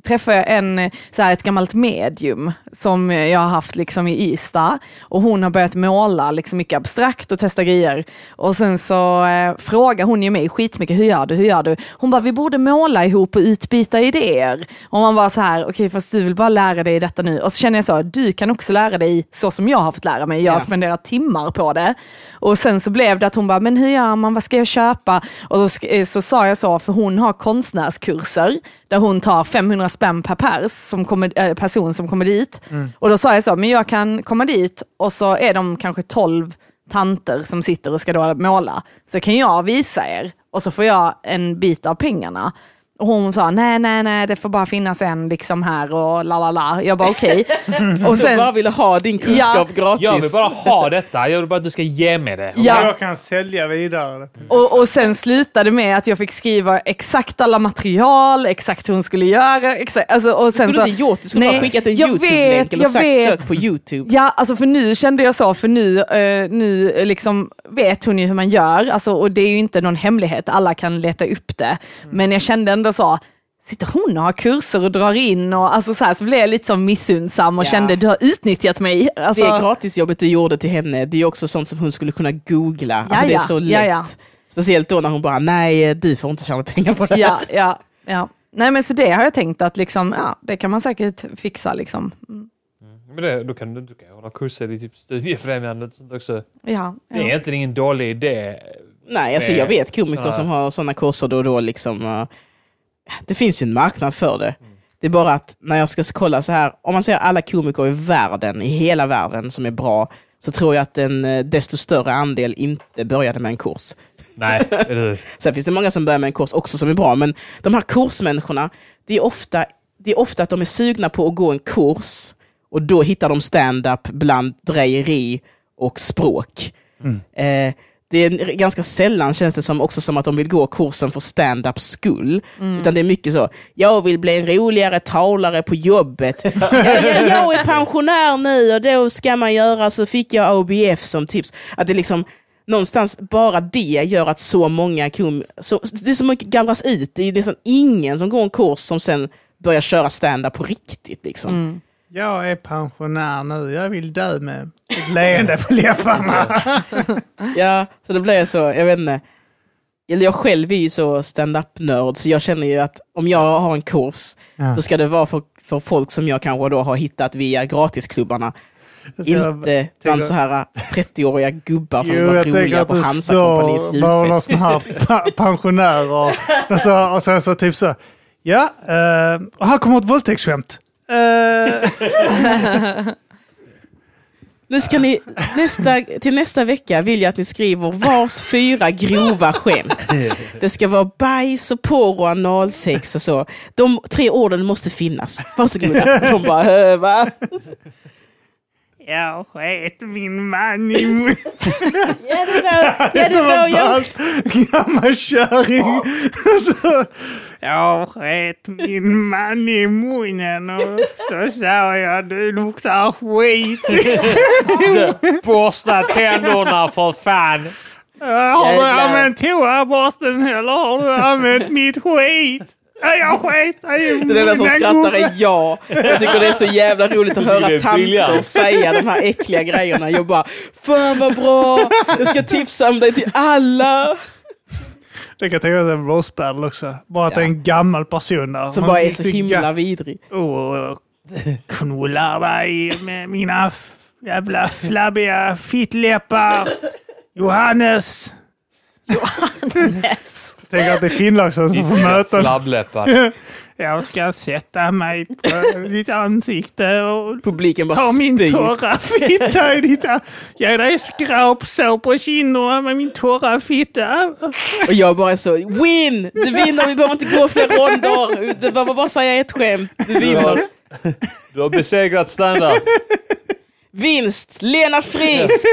träffade jag ett gammalt medium som jag har haft liksom i Ystad, och hon har börjat måla liksom mycket abstrakt och testa grejer, och sen så frågar hon ju mig skitmycket, hur gör du? Hon bara, vi borde måla ihop och utbyta idéer, och man bara så här, okej, fast du vill bara lära dig detta nu, och så känner jag så, du kan också lära dig så som jag har fått lära mig, jag har spenderat timmar på det, och sen så blev det att hon bara, men hur gör man, vad ska jag köpa? Och så sa jag så, för hon har konstnärskurser där hon tar 500 spänn per person som kommer dit. Och då sa jag så, men jag kan komma dit och så är de kanske 12 tanter som sitter och ska då måla. Så kan jag visa er och så får jag en bit av pengarna. Och hon sa, nej, det får bara finnas en liksom här och lalala. Jag bara okej. Och sen, du bara ville ha din kunskap gratis. Jag vill bara ha detta. Jag vill bara att du ska ge mig det. Ja. Jag kan sälja vidare. Och sen slutade med att jag fick skriva exakt alla material, exakt hur hon skulle göra. Exakt, alltså, och sen skulle så, inte gjort, du skulle bara skickat en YouTube-länk eller sök på YouTube. Ja, alltså för nu kände jag så, för nu liksom vet hon ju hur man gör. Alltså, och det är ju inte någon hemlighet, alla kan leta upp det. Men jag kände ändå så, sitter hon och har kurser och drar in och alltså så blev jag lite som missundsam och kände, du har utnyttjat mig. Alltså, det är gratisjobbet du gjorde till henne, det är också sånt som hon skulle kunna googla. Alltså det är så lätt. Ja. Speciellt då när hon bara, nej, du får inte tjäna pengar på det. Ja. Nej, men så det har jag tänkt att liksom, det kan man säkert fixa liksom. Men då kan du hålla kurser i typ studiefrämjandet och sånt också. Ja. Det är egentligen ingen dålig idé. Nej, alltså jag vet komiker som har sådana kurser då liksom. Det finns ju en marknad för det. Det är bara att när jag ska kolla så här, om man ser alla komiker i hela världen som är bra, så tror jag att en desto större andel inte började med en kurs. Nej. Sen finns det många som börjar med en kurs också som är bra, men de här kursmänniskorna, det är ofta att de är sugna på att gå en kurs, och då hittar de stand-up bland drejeri och språk. Det är ganska sällan, känns det som att de vill gå kursen för stand-up skull. Utan det är mycket så, jag vill bli en roligare talare på jobbet. Jag är pensionär nu och då ska man göra, så fick jag ABF som tips. Att det liksom, någonstans bara det gör att så många det är så mycket gallras ut. Det är liksom ingen som går en kurs som sen börjar köra stand-up på riktigt liksom. Jag är pensionär nu. Jag vill dö med ett leende på läpparna. Ja, så det blir så, jag vet inte. Jag själv är ju så stand-up-nörd, så jag känner ju att om jag har en kurs, då ska det vara för folk som jag kanske då har hittat via gratisklubbarna. Inte bland så här 30-åriga gubbar som var roliga på Hansa-kompaniets julfest. Jo, jag tänker att du står här pensionärer och sen så typ så, och här kommer ett våldtäktsskämt. Nu ska ni till nästa vecka vill jag att ni skriver vars 4 grova skämt. Det ska vara bajs och porr och analsex och så. De 3 orden måste finnas. Varsågoda. De bara, va? Jag sket min man i mun. Det var jag. Gammal köring. Jag sket min man i munnen och så sa jag, du luktar skit. Borsta tänderna för fan. Har du använt toaborsten eller har du använt mitt skit? Jag skit i munnen. Det är den som skrattar är jag. Jag tycker det är så jävla roligt att höra tanter säga de här äckliga grejerna. Jag bara, fan vad bra. Jag ska tipsa om dig till alla. Det kan tänka mig en roast battle också. Bara att det är en gammal person där. Som bara är så himla vidrig. Knulla dig med mina jävla flabbiga fittläppar. Johannes. Jag tänker att det är Finnlagsson som får möta. Flabbläppar. Jag ska sätta mig på ditt ansikte och publiken bara ta min spyr. torra fitta i ditt... Ge dig skrapsår på kinderna med min torra fitta. Och jag bara så, win! Du vinner, vi behöver inte gå fler ronder. Du behöver bara säga ett skämt. Du vinner. Du har besegrat stand-up. Vinst! Lena Frisk!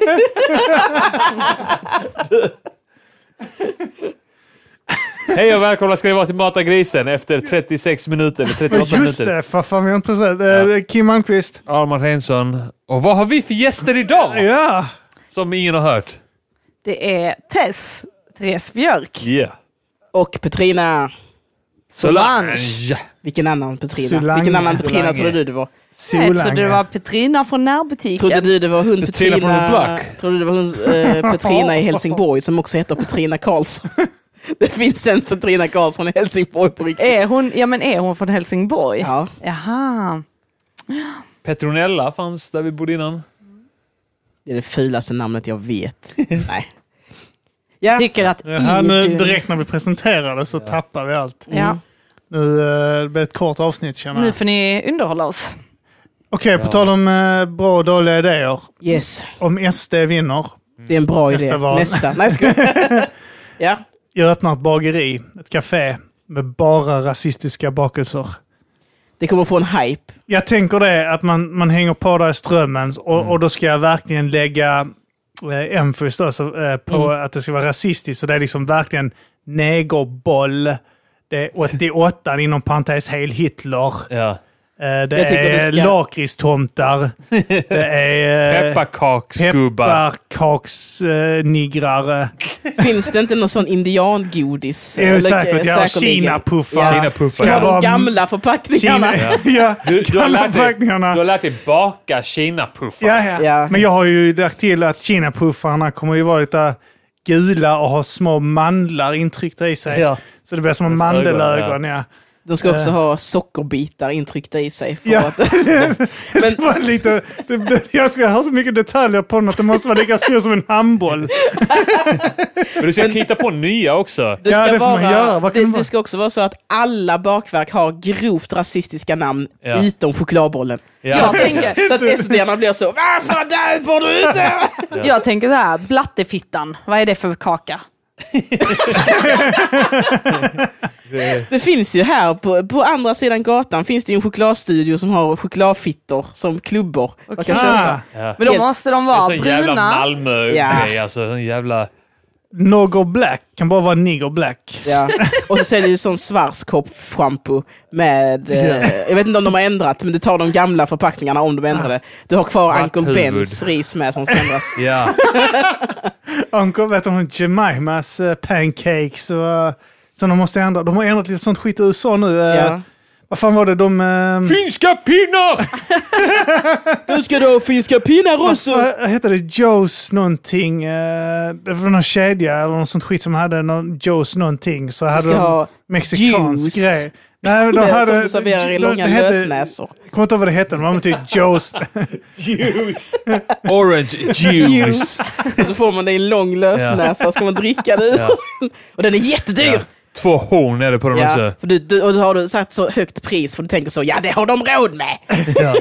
Hej och välkomna ska vi vara till Mata Grisen efter 36 minuter eller 38 minuter. Just det, för fan vi har inte precis. Kim Malmqvist. Armand Hensson. Och vad har vi för gäster idag? Ja. Som ingen har hört. Det är Therese Björk. Yeah. Och Petrina. Solange. Vilken annan Petrina? Vilken annan Petrina trodde du det var? Jag trodde det var Petrina från närbutiken. Trodde du det var hon Petrina från The Block? Trodde du det var hon Petrina i Helsingborg som också heter Petrina Karlsson? Det finns en Petrina Karlsson i Helsingborg på riktigt. Är hon från Helsingborg? Ja. Jaha. Petronella fanns där vi bodde innan. Det är det fulaste namnet jag vet. Nej. Ja. Tycker att nu direkt när vi presenterar det så tappar vi allt. Ja. Nu blir det ett kort avsnitt, känner jag. Nu får ni underhålla oss. Okej, på tal om bra och dåliga idéer. Yes. Om SD vinner. Det är en bra idé. Nästa. Nej, ja. Jag öppnar ett bageri, ett café med bara rasistiska bakelser. Det kommer få en hype. Jag tänker det, att man hänger på där i strömmen och då ska jag verkligen lägga emphasis på att det ska vara rasistiskt. Så det är liksom verkligen negerboll. Det är 88 inom parentes Heil Hitler. Ja. Det är lakritstomtar. Det är pepparkaksnigrare. Finns det inte någon sån indiangodis? Det är säkert, ja. Kinapuffar. Ska ha de gamla förpackningarna. Du har lärt dig baka kinapuffar. Ja. Men jag har ju lagt till att kinapuffarna kommer ju vara lite gula och ha små mandlar intryckta i sig. Ja. Så det blir som en mandelögon, ja. De ska också ha sockerbitar intryckta i sig. För att, men jag ska ha så mycket detaljer på den att det måste vara lika stor som en handboll. Men du ska hitta på nya också. Det ska också vara så att alla bakverk har grovt rasistiska namn utom chokladbollen. Ja. Jag tänker så att SD-arna blir så, varför där får du ute? Jag tänker så här, blattefittan, vad är det för kaka? Det finns ju här på andra sidan gatan finns det ju en chokladstudio som har chokladfittor som klubbor. Okay. Kan köpa. Ja. Men då måste de vara bruna. Det är en jävla Malmö-grej, alltså en jävla... Nogger Black kan bara vara Nigger Black. Ja. Och så säljer ju sån Schwarzkopf-shampoo med... jag vet inte om de har ändrat, men du tar de gamla förpackningarna om de ändrade. Du har kvar Uncle Bens ris med som ska ändras. Ja. Uncle, vet du, Jemimas pancakes och... Så de måste ändra. De har ändrat lite sånt skit i USA nu. Ja. Vad fan var det? Finska pinnar! Du ska då finska pinnar också! Vad heter det? Joe's någonting. Det var någon kedja eller något sånt skit som hade någon Joe's någonting. Så hade de mexikansk grej. Nej, de hade... Som du serverar i långa lösnäsor. Jag kommer inte ihåg vad det hette. De var typ Joe's... Juice. Orange juice. Och så får man det i en lång lösnäsa. Ska man dricka det. Ja. Och den är jättedyr. Ja. 2 horn är det på den också. För och då har du satt så högt pris för du tänker så, det har de råd med. Ja.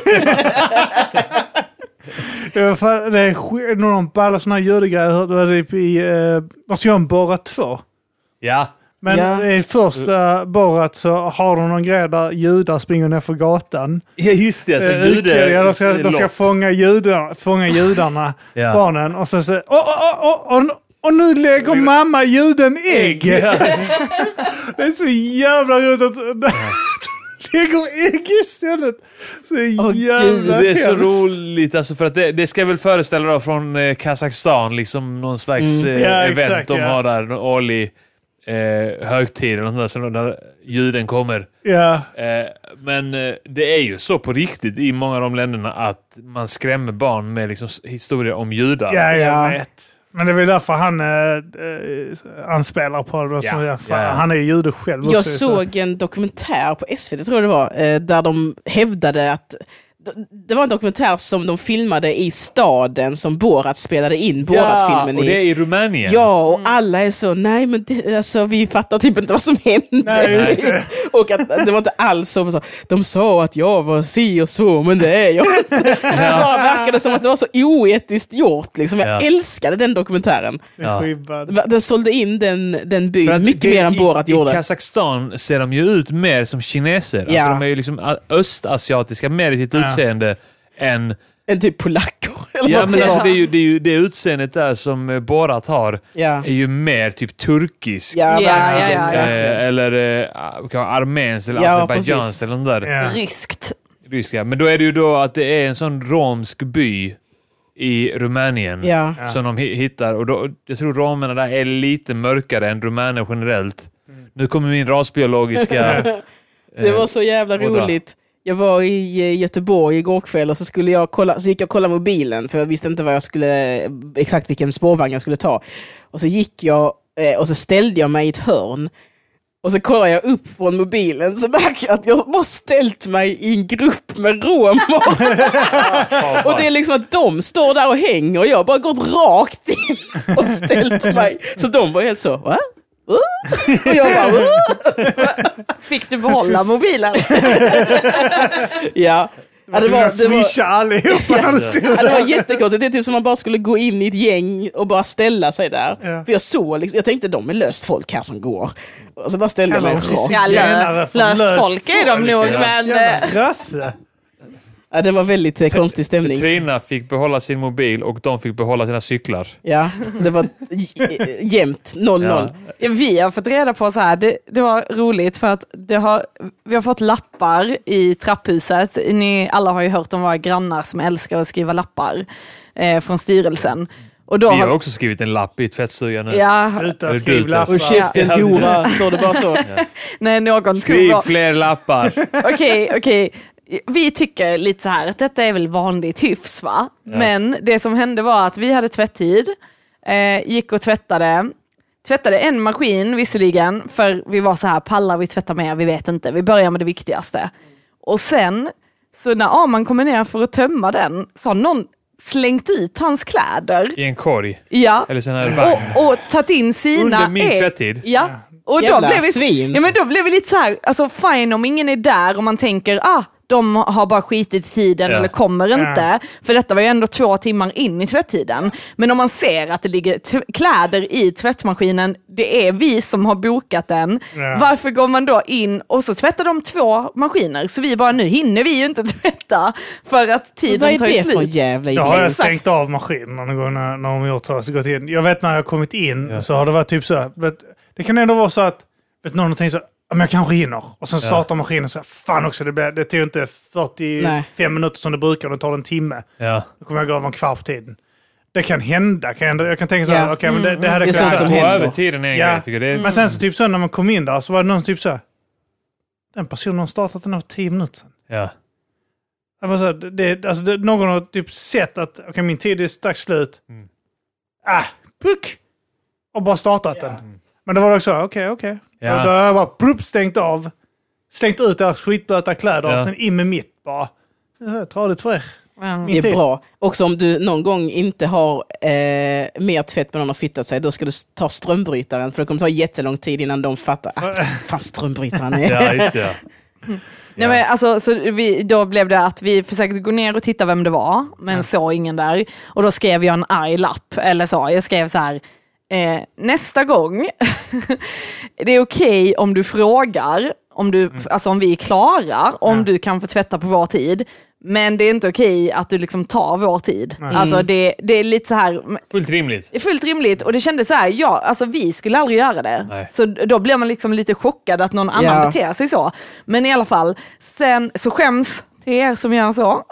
Det är någon balla sådana här ljudgrejer. De ska göra en Borat 2. Ja. Men i första Borat så har de någon grej där judar springer ner för gatan. Ja, just det. De ska fånga judarna, barnen. Och så säger och nu lägger mamma juden ägg. Ja. Det är så jävla roligt att lägger ägg istället. Så jävla det är så roligt. Alltså för att det ska väl föreställa då från Kazakstan. Liksom någon slags event exakt, de har där. Någon årlig högtid eller något där juden kommer. Ja. Men det är ju så på riktigt i många av de länderna att man skrämmer barn med liksom historier om judar. Ja, jag vet. Men det är väl därför han anspelar på det. Han är ju jude själv också. Jag såg en dokumentär på SVT, tror jag det var, där de hävdade att det var en dokumentär som de filmade i staden som Borat spelade in Borat-filmen i. Och det är i Rumänien. Ja, och alla är så, nej men vi fattar typ inte vad som hände. Nej. Och att det var inte alls så. De sa att jag var si och så, men det är jag inte. Det verkade som att det var så oetiskt gjort. Liksom. Jag älskade den dokumentären. Ja. Den sålde in den byn mycket mer än Borat gjorde. I Kazakstan ser de ju ut mer som kineser. Alltså de är ju liksom östasiatiska mer i sitt utseende än typ polacker. Ja, men alltså det är ju det utseendet där som Borat har är ju mer typ turkisk. Eller armenskt eller azerbajdzjanskt eller något där. Ryskt. Men då är det ju då att det är en sån romsk by i Rumänien som de hittar. Och då, jag tror romerna där är lite mörkare än rumäner generellt. Nu kommer min rasbiologiska... Det var så jävla roligt. Jag var i Göteborg igår kväll och så gick jag och kollade mobilen för jag visste inte vad jag skulle, exakt vilken spårvagn jag skulle ta. Och så gick jag och så ställde jag mig i ett hörn och så kollade jag upp från mobilen så märker jag att jag har ställt mig i en grupp med romer. Och det är liksom att de står där och hänger och jag har bara gått rakt in och ställt mig. Så de var helt så, va? Och jag bara, Fick du behålla mobilen? Ja. Det var jättekonstigt. Det är typ som man bara skulle gå in i ett gäng och bara ställa sig där. Ja. För jag tänkte de är löst folk här som går. Och så bara ställde jag mig löst folk är de nog, men... Ja, det var väldigt konstig stämning. Petrina fick behålla sin mobil och de fick behålla sina cyklar. Ja, det var jämnt 0-0. Ja. Vi har fått reda på så här, det var roligt för att vi har fått lappar i trapphuset. Ni alla har ju hört om våra grannar som älskar att skriva lappar från styrelsen. Och då vi har också skrivit en lapp i tvättstugan nu. Ja. Sluta skriv lappar. Och käften hora, står det bara så. Ja. Nej, någon skriv fler lappar. Okej. Vi tycker lite så här att detta är väl vanligt hyfs, va? Ja. Men det som hände var att vi hade tvätttid, gick och tvättade en maskin visserligen, för vi var så här, pallar vi tvätta mer, vi vet inte, vi börjar med det viktigaste. Och sen, så när man kommer ner för att tömma den, så har någon slängt ut hans kläder. I en korg? Ja. Eller sån här vagn. Och tagit in sina... Under min tvätttid? Ja. Och då blev vi lite så här, alltså fine om ingen är där och man tänker, de har bara skitit i tiden eller kommer inte. För detta var ju ändå 2 timmar in i tvätttiden. Men om man ser att det ligger kläder i tvättmaskinen, det är vi som har bokat den. Ja. Varför går man då in och så tvättar de 2 maskiner? Så vi bara, nu hinner vi ju inte tvätta för att tiden tar slut. Vad är det för jävla idé? Jag har stängt av maskinen någon gång när de gjort så gått in. Jag vet när jag kommit in så har det varit typ så här, det kan ändå vara så att någon tänker så, men jag kanske hinner. Och sen startar maskinen så här, fan också, det tog inte 45 minuter som det brukar, det tar en timme. Ja. Då kommer jag gå av en kvart på tiden. Det kan hända. Jag kan tänka så här, okej, men det här är sånt som händer. Över tiden är en grej, tycker det. Men sen så typ så när man kom in där så var det någon typ så här, den personen har startat den här 10 minuter sedan. Ja. Någon har typ sett att min tid är strax slut. Puck! Och bara startat den. Men det var också okej. Ja. Och då har jag bara stängt ut deras skitblöta kläder och sen in med mitt bara. Tradigt för er. Det är bra. Också om du någon gång inte har mer tvätt med någon har fittat sig, då ska du ta strömbrytaren, för det kommer ta jättelång tid innan de fattar. Fan, strömbrytaren är... Ja, just det. Nej, men alltså, då blev det att vi försökte gå ner och titta vem det var, men såg ingen där. Och då skrev jag en arg lapp, eller så. Jag skrev så här, nästa gång det är okej om du frågar om vi är klara, om du kan få tvätta på vår tid, men det är inte okej att du liksom tar vår tid. Alltså det är lite så här fullt rimligt, och det kändes så här, vi skulle aldrig göra det. Nej. Så då blir man liksom lite chockad att någon annan beter sig så. Men i alla fall, sen så skäms till er som gör så.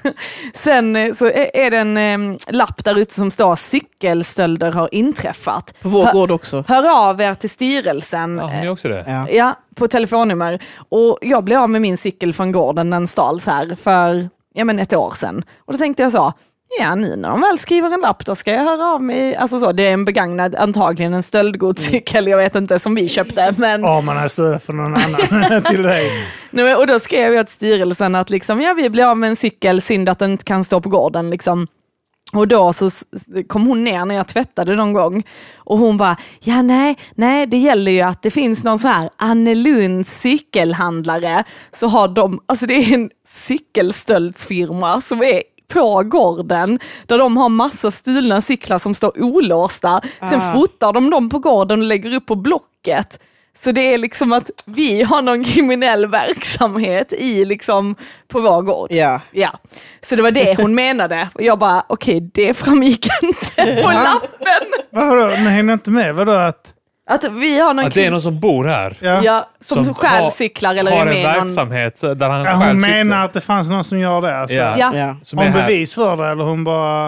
Sen så är det en lapp där ute som står cykelstölder har inträffat. På vår gård också. Hör av er till styrelsen. Ja, ni också det? Ja, på telefonnummer. Och jag blev av med min cykel från gården, den stals här för 1 år sedan. Och då tänkte jag så, nu när de väl skriver en lapp, då ska jag höra av mig. Alltså så, det är en begagnad, antagligen en stöldgodscykel, jag vet inte, som vi köpte. Men... man har stöd för någon annan till dig. Nej, och då skrev jag till styrelsen att liksom, vi blir av med en cykel, synd att den inte kan stå på gården. Liksom. Och då så kom hon ner när jag tvättade någon gång. Och hon bara, nej, det gäller ju att det finns någon så här Annelunds cykelhandlare. Så har de, alltså det är en cykelstöldsfirma som är på gården, där de har massa stulna cyklar som står olåsta. Sen fotar de dem på gården och lägger upp på Blocket. Så det är liksom att vi har någon kriminell verksamhet på vår gård. Ja. Så det var det hon menade. Och jag bara, okej, det framgick inte på lappen. Vadå? Ni hänger inte med? Vadå att vi har någon... Att det är någon som bor här? Ja, som stjäl cyklar eller har är med en verksamhet där han hon menar att det fanns någon som gör det. Alltså. Ja. Hon bevis för det, eller hon bara...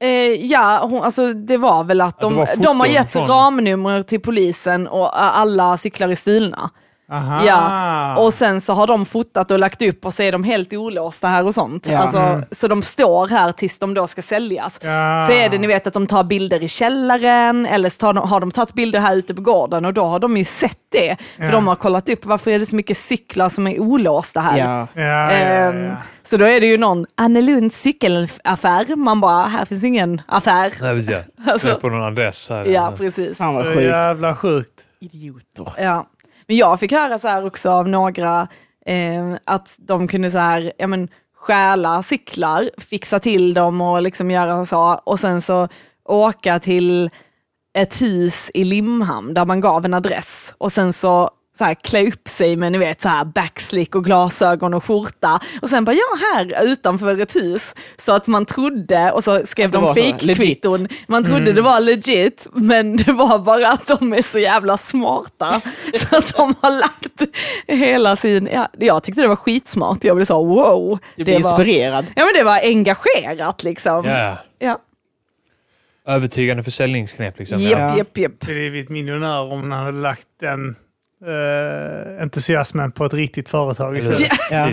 Alltså det var väl att de har gett ramnummer till polisen och alla cyklar är stulna. Aha. Ja, och sen så har de fotat och lagt upp och så är de helt olåsta här och sånt. Ja. Alltså, så de står här tills de då ska säljas. Ja. Så är det, ni vet, att de tar bilder i källaren eller så har de tagit bilder här ute på gården och då har de ju sett det. För de har kollat upp varför är det så mycket cyklar som är olåsta här. Ja. Så då är det ju någon Annelunds cykelaffär. Man bara, här finns ingen affär. Nej, precis. Alltså, det är på någon adress här. Ja, precis. Fan vad Så sjukt. jävla sjukt. Idioter. Ja. Men jag fick höra så här också av några att de kunde så här, stjäla cyklar, fixa till dem och liksom göra så. Och sen så åka till ett hus i Limhamn där man gav en adress. Och sen så här, klä upp sig med, ni vet, så här backslick och glasögon och skjorta. Och sen bara, här utanför ett hus. Så att man trodde, och så skrev de fake-kvitton. Man trodde det var legit, men det var bara att de är så jävla smarta. Så att de har lagt hela sin... Ja, jag tyckte det var skitsmart. Jag blev så, wow. Du blev inspirerad. Ja, men det var engagerat liksom. Ja. Övertygande försäljningsknep liksom. Japp. Blivit miljonär om man hade lagt den entusiasmen på ett riktigt företag istället.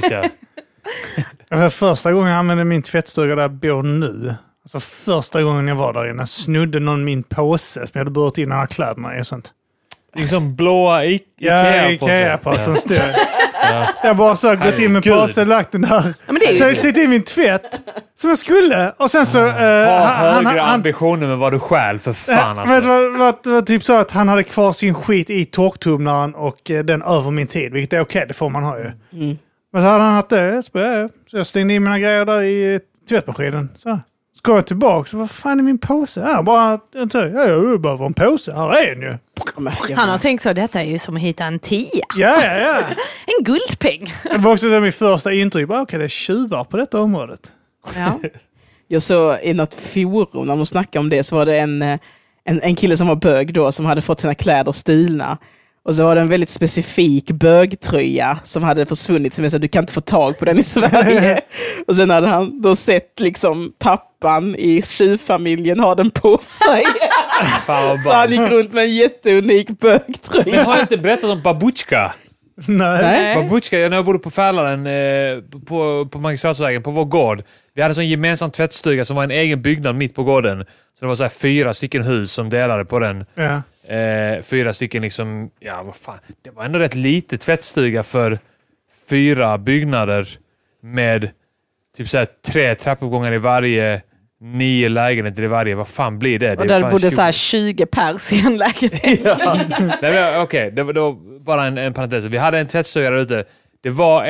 För första gången jag använde min tvättstuga där jag bor nu, alltså första gången jag var där inne, snudde någon min påse som jag hade burit in alla kläderna i och sånt. Det är liksom blåa Ikea-påsen stod. Jag bara så gått in med påsen och lagt den där. Ja, men det är ju så jag i min tvätt som jag skulle. Och sen så... högre ambitioner med vad du själv för fan. Alltså. Det var typ så att han hade kvar sin skit i torktumlaren och den över min tid. Vilket är okej, det får man ha ju. Men så hade han haft det. Så jag stängde in mina grejer där i tvättmaskinen. Så kom jag tillbaka. Så vad fan är min påse? Jag behöver en påse. Här är den ju. Han har tänkt så, detta är ju som att hitta en 10. Ja. En guldpeng. Det var också min första intryck. Okej, det är tjuvar på detta området. Ja. Jag såg i något forum när de snackade om det, så var det en kille som var bög då som hade fått sina kläder stulna. Och så var det en väldigt specifik bögtröja som hade försvunnit, som är så du kan inte få tag på den i Sverige. Och sen hade han då sett liksom pappan i tjuvfamiljen ha den på sig. Så han gick runt med en jätteunik bögtröja. Men har jag inte berättat om Babuchka? Nej. Babuchka, när jag bodde på Färlaren på Magistratsvägen, på vår gård. Vi hade en sån gemensam tvättstuga som var en egen byggnad mitt på gården. Så det var så här 4 stycken hus som delade på den. Ja. 4 stycken liksom, vad fan. Det var ändå rätt lite tvättstuga för 4 byggnader med typ så här 3 trappuppgångar i varje, 9 lägenheter i varje. Vad fan blir det? Och där bodde så här 20 pers i en lägenhet. Okej, det var bara en parentes. Vi hade en tvättstuga där ute. Det var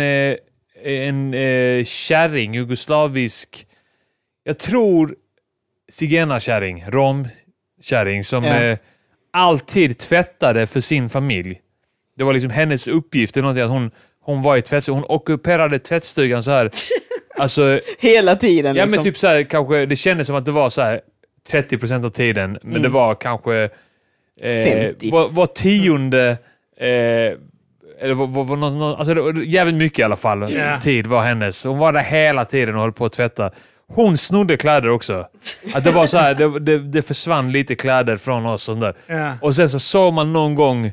en kärring, jugoslavisk, jag tror zigenarkärring, romkärring som alltid tvättade för sin familj. Det var liksom hennes uppgift eller någonting att hon var i tvättstugan. Hon ockuperade tvättstugan så här. Alltså, hela tiden. Ja, liksom. men typ så här, kanske det kändes som att det var så här 30% av tiden, men det var kanske 50. var tionde eller var någon, alltså det var jävligt mycket i alla fall. Tid var hennes. Hon var där hela tiden och höll på att tvätta. Hon snodde kläder också. Att det var så här, det försvann lite kläder från oss och där. Och sen så såg man någon gång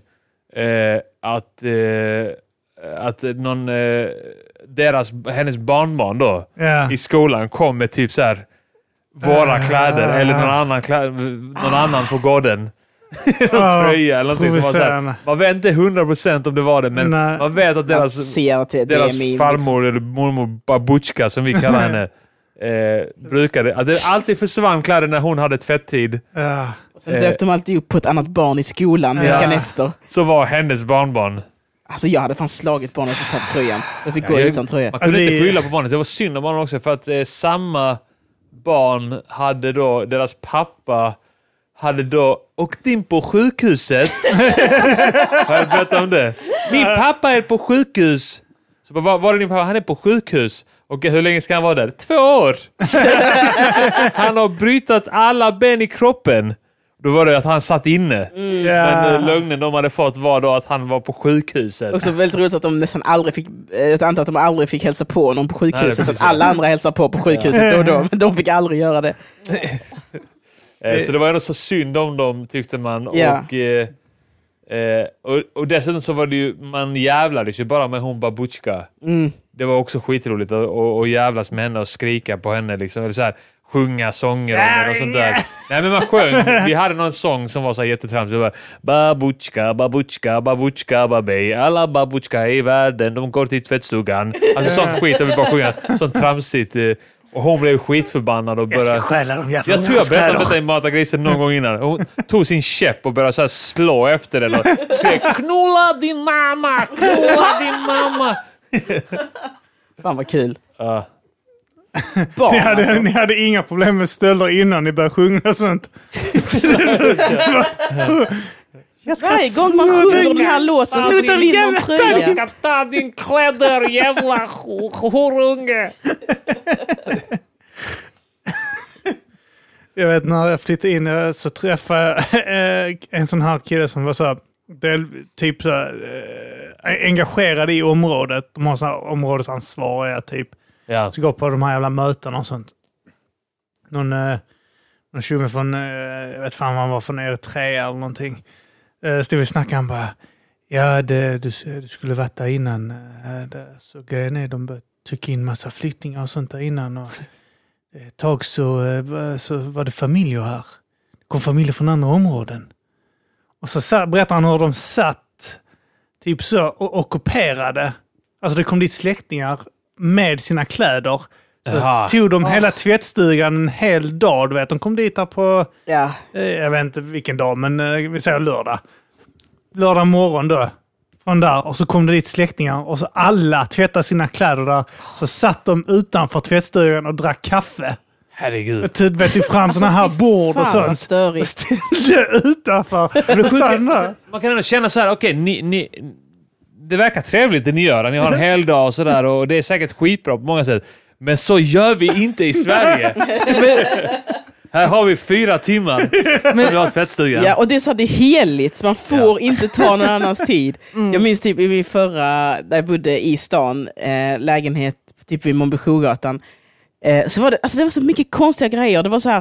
att någon hennes barnbarn då i skolan kom med typ så här våra kläder eller någon annan på gården. Någon tröja eller någonting som var så här. Man vet inte 100% om det var det, men man vet att deras farmor eller mormor Babuchka, som vi kallar henne, brukade. Att det alltid försvann kläder när hon hade tvätttid. Och sen dök de alltid upp på ett annat barn i skolan veckan efter. Så var hennes barnbarn. Alltså jag hade fan slagit barnet och tagit tröjan. Så jag fick gå utan tröja. Man kunde inte skylla på barnet. Det var synd om barnen också, för att samma barn hade då, deras pappa hade då åkt in på sjukhuset. Har jag berättat om det? Min pappa är på sjukhus. Så var är din pappa? Han är på sjukhus. Och hur länge ska han vara där? 2 år. Han har brytat alla ben i kroppen. Då var det att han satt inne. Men lögnen de hade fått var då att han var på sjukhuset. Och så väldigt roligt att de nästan aldrig fick, jag antar att de aldrig fick hälsa på någon på sjukhuset. Att alla andra hälsar på sjukhuset och de fick aldrig göra det. Så det var ändå så synd om dem, tyckte man. Och dessutom så var det ju, man jävlades ju bara med hon Babutjka. Det var också skitroligt att jävlas med henne och skrika på henne liksom, eller så här, sjunga sånger och sånt där. Nej, men man sjöng. Vi hade någon sång som var så här jättetramsig. Det var Babutjka, Babutjka, Babutjka, Babej. Alla Babutjka i världen, de går till tvättstugan. Alltså sånt skit, och vi bara sjunga sånt tramsigt. Och hon blev skitförbannad och började... Jag ska stjäla dem jävla. Jag tror jag berättade detta i Mata Grisen någon gång innan. Hon tog sin käpp och började så här slå efter den och skrek knulla din mamma, knulla din mamma. Fan vad kul. Ni hade inga problem med stölder innan ni började sjunga och sånt. Varje gång man sjunger den här låten så försvinner en tröja. Jag ska ta din kläder, jävla horunge. Jag vet, när jag flyttade in så träffade jag en sån här kille som var så typ så engagerad i området. De har så här områdesansvariga typ. Ja. Så går på de här jävla mötena och sånt. Någon tjumme från, jag vet fan man var från Eritrea eller någonting. Stod vi och snackade, han bara, ja du skulle varit där innan. Så grejen är, de började trycka in massa flyktingar och sånt där innan. Och ett tag så var det familjer här. Det kom familjer från andra områden. Och så berättar han hur de satt typ så och ockuperade. Alltså det kom dit släktingar med sina kläder. Så tog de hela tvättstugan en hel dag, du vet. De kom dit där på, jag vet inte vilken dag, men vi säger lördag. Lördag morgon då. Från där. Och så kom det dit släktingar och så alla tvättade sina kläder där. Så satt de utanför tvättstugan och drack kaffe. Herregud. Du vet ju fram såna här bord och sånt. Ställde utanför. Man kan ändå känna så här, okej, ni det verkar trevligt det ni gör. Ni har en hel dag och sådär, och det är säkert skitbra på många sätt. Men så gör vi inte i Sverige. Här har vi 4 timmar som vi har tvättstugan. Ja, och det är så att det är heligt. Man får inte ta någon annans tid. Jag minns typ i min förra, där jag bodde i stan, lägenhet typ vid Månbysjogatan. Så var det var så mycket konstiga grejer. Det var så här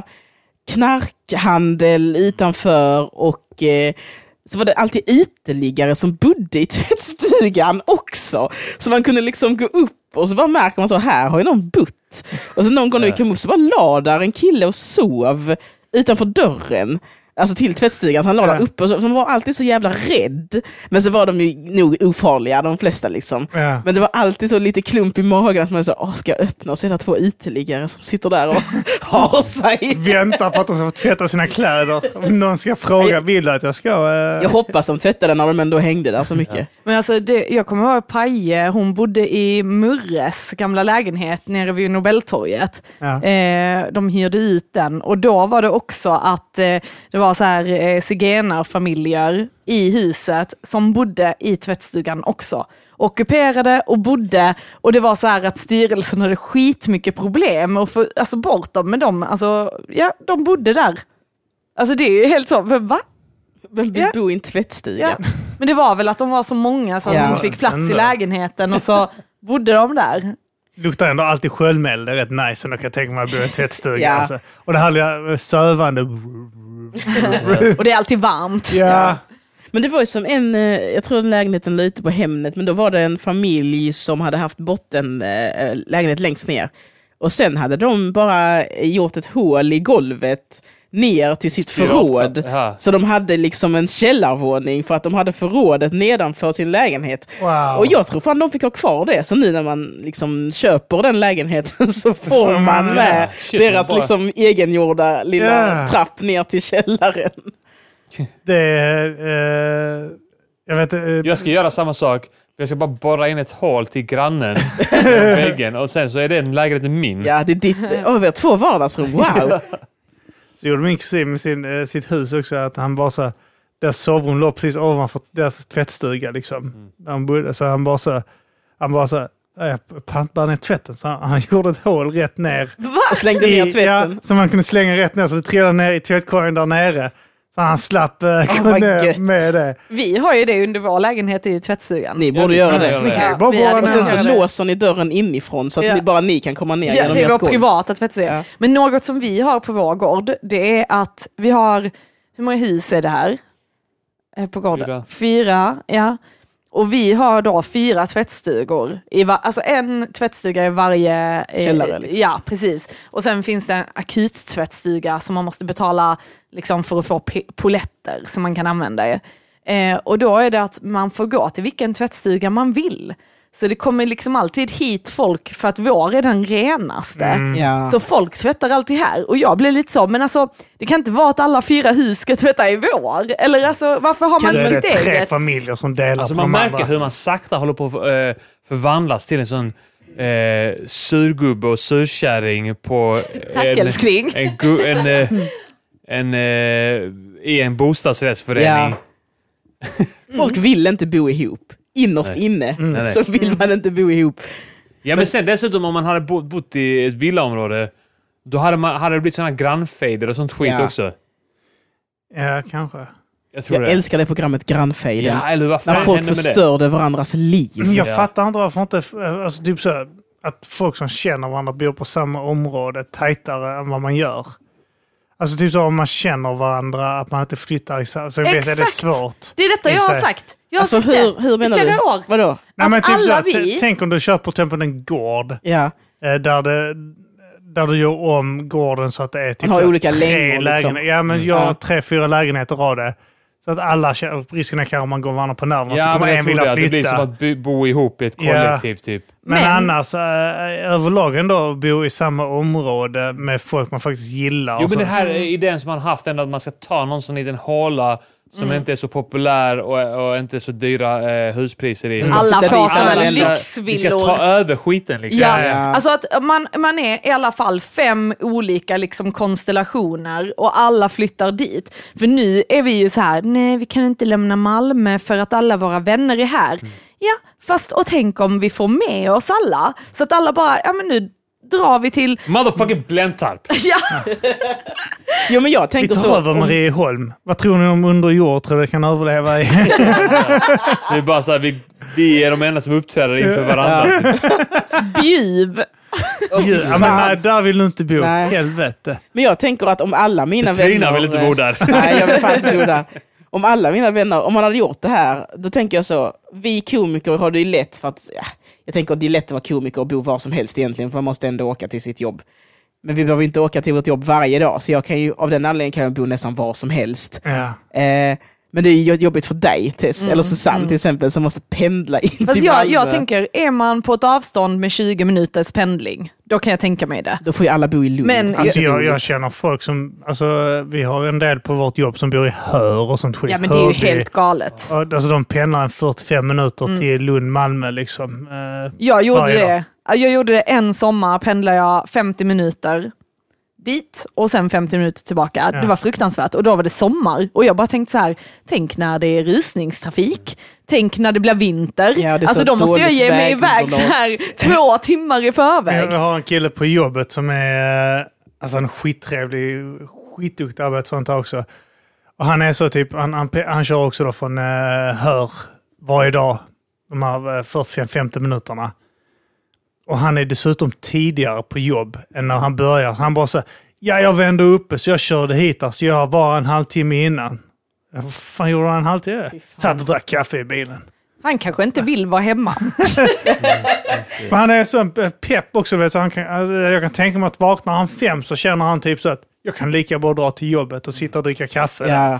knarkhandel utanför och så var det alltid uteliggare som bodde i tvättstugan också. Så man kunde liksom gå upp och så bara märker man så, här har ju någon bott. Och så någon gång när vi kom upp så bara la där en kille och sov utanför dörren. Alltså till tvättstugan, så han la där uppe och så var alltid så jävla rädd. Men så var de ju nog ofarliga, de flesta liksom. Ja. Men det var alltid så lite klump i magen att man så, ska jag öppna och se där 2 uteliggare som sitter där och har sig. Väntar på att de ska få tvätta sina kläder. Om någon ska fråga, vill du att jag ska... Jag hoppas de tvättade när de ändå hängde där så mycket. Ja. Men alltså, jag kommer ihåg Paje, hon bodde i Murres gamla lägenhet nere vid Nobeltorget. Ja. De hyrde ut den och då var det också att det var så här zigenarfamiljer i huset som bodde i tvättstugan också. Ockuperade och bodde, och det var så här att styrelsen hade skitmycket problem och alltså bort dem, men de bodde där. Alltså det är ju helt så, va? Men vi bor i en tvättstuga. Ja. Men det var väl att de var så många så att de inte fick plats i lägenheten och så bodde de där. Luktar ändå alltid sköljmedel, det är rätt nice, och då kan jag tänka mig att bo i en tvättstuga. Ja. Alltså. Och det hade jag sövande. Och det är alltid varmt. Ja. Men det var ju som jag tror lägenheten lade ute på Hemnet, men då var det en familj som hade haft lägenhet längst ner. Och sen hade de bara gjort ett hål i golvet ner till sitt förråd. Så de hade liksom en källarvåning för att de hade förrådet nedanför sin lägenhet. Wow. Och jag tror fan de fick ha kvar det. Så nu när man liksom köper den lägenheten så får man med deras liksom egengjorda lilla trapp ner till källaren. Jag ska göra samma sak. Jag ska bara borra in ett hål till grannen i väggen och sen så är det en lägenhet min. Ja, det är ditt. Vi har 2 vardagsrum. Wow. Så gjorde min kusin med sitt hus också, att han bara så, deras sovrum låg precis ovanför deras tvättstuga liksom. Han bodde, så han bara så jag pantade ner tvätten, så han gjorde ett hål rätt ner. Och slängde ner tvätten. Ja, så man kunde slänga rätt ner, så det trillade ner i tvättkorgen där nere. Så han slapp gå ner med det. Vi har ju det under vår lägenhet i tvättstugan. Ni borde göra det. Och sen så låser ni dörren inifrån så att bara ni kan komma ner. Ja, det är vår privata tvättstuga. Ja. Men något som vi har på vår gård, det är att vi har, hur många hus är det här? På gården? 4, ja. Och vi har då 4 tvättstugor. Alltså en tvättstuga i varje... källare liksom. Ja, precis. Och sen finns det en akut tvättstuga som man måste betala liksom, för att få poletter som man kan använda. Och då är det att man får gå till vilken tvättstuga man vill. Så det kommer liksom alltid hit folk för att vår är den renaste. Ja. Så folk tvättar alltid här. Och jag blir lite så, men alltså det kan inte vara att alla 4 hus ska tvätta i vår. Eller alltså, varför har man inte sitt eget? Det är 3 familjer som delar alltså, på man märker hur man sakta håller på att förvandlas till en sån surgubbe och surkärring på tackelskring. I en bostadsrättsförening. Ja. Folk vill inte bo ihop. Innerst inne så vill man inte bo ihop. Ja, men sen dessutom om man hade bott i ett villaområde, då hade det blivit såna grannfejder och sånt skit också. Ja, kanske. Jag älskar det programmet Grannfejden. Ja, eller vad fan när folk förstörde varandras liv. Men jag fattar inte varför inte alltså, typ så att folk som känner varandra bor på samma område tajtare än vad man gör. Alltså typ så om man känner varandra att man inte flyttar isär. Så jag vet att det är svårt. Det är detta jag har sagt. Jag har alltså hur menar du? År. Vadå? Nej, men typ alla så, tänk om du kör på tempen en gård. Ja. Där du gör om gården så att det är typ har olika längder liksom. Ja, men jag har 3-4 lägenheter av det. Så att alla riskerna kan om man går varandra på nerverna. Ja, så kommer en vilja flytta. Det blir som att bo ihop i ett kollektiv typ. Men annars överlag ändå bo i samma område med folk man faktiskt gillar. Jo, men det här är idén som man haft ändå att man ska ta någon sån liten håla som inte är så populär och inte så dyra huspriser i. Alla får sådana lyxvillor. Vi ska ta över skiten liksom. Ja. Alltså att man är i alla fall 5 olika liksom konstellationer och alla flyttar dit. För nu är vi ju så här, nej vi kan inte lämna Malmö för att alla våra vänner är här. Ja, fast och tänk om vi får med oss alla. Så att alla bara, ja men nu drar vi till... Motherfucking Blentarp. Ja. Jo, men jag tänker vi tar över Marieholm. Vad tror ni om under jord? Tror du kan överleva i? Det är bara så här, vi är de enda som uppträder inför varandra. Bjuv. Ja, men nej, där vill du inte bo. Helvete. Men jag tänker att om alla mina Petrina vill inte bo där. Nej, jag vill fan inte bo där. Om alla mina vänner, om man hade gjort det här, då tänker jag så, vi komiker har det ju lätt för att, jag tänker att det är lätt att vara komiker och bo var som helst egentligen, för man måste ändå åka till sitt jobb. Men vi behöver inte åka till vårt jobb varje dag, så jag kan ju, av den anledningen kan jag bo nästan var som helst. Ja. Men det är ju jobbigt för dig, Tess, eller Susanne till exempel, som måste pendla in till Malmö. Jag tänker, är man på ett avstånd med 20 minuters pendling, då kan jag tänka mig det. Då får ju alla bo i Lund. Men alltså jag känner folk som, alltså vi har en del på vårt jobb som bor i Hör och sånt skit. Ja, men det är ju helt galet. Alltså de pendlar en 45 minuter till Lund, Malmö liksom. Jag gjorde det. Jag gjorde det en sommar, pendlade jag 50 minuter dit och sen 50 minuter tillbaka. Ja. Det var fruktansvärt och då var det sommar och jag bara tänkte så här, tänk när det är rusningstrafik, tänk när det blir vinter. Ja, alltså då måste jag ge mig iväg så här 2 timmar i förväg. Jag har en kille på jobbet som är alltså en skittrevlig, skitduktig arbete sånt här också. Och han är så typ, han kör också då från Hör varje dag de här 45-50 minuterna. Och han är dessutom tidigare på jobb än när han börjar. Han bara så, jag vände uppe så jag körde hit. Så jag var en halvtimme innan. Vad fan gjorde han en halvtimme? Satt och drack kaffe i bilen. Han kanske inte vill vara hemma. Men han är så pepp också. Vet, så jag kan tänka mig att vaknar han 5 så känner han typ så att jag kan lika bra dra till jobbet och sitta och dricka kaffe. Ja.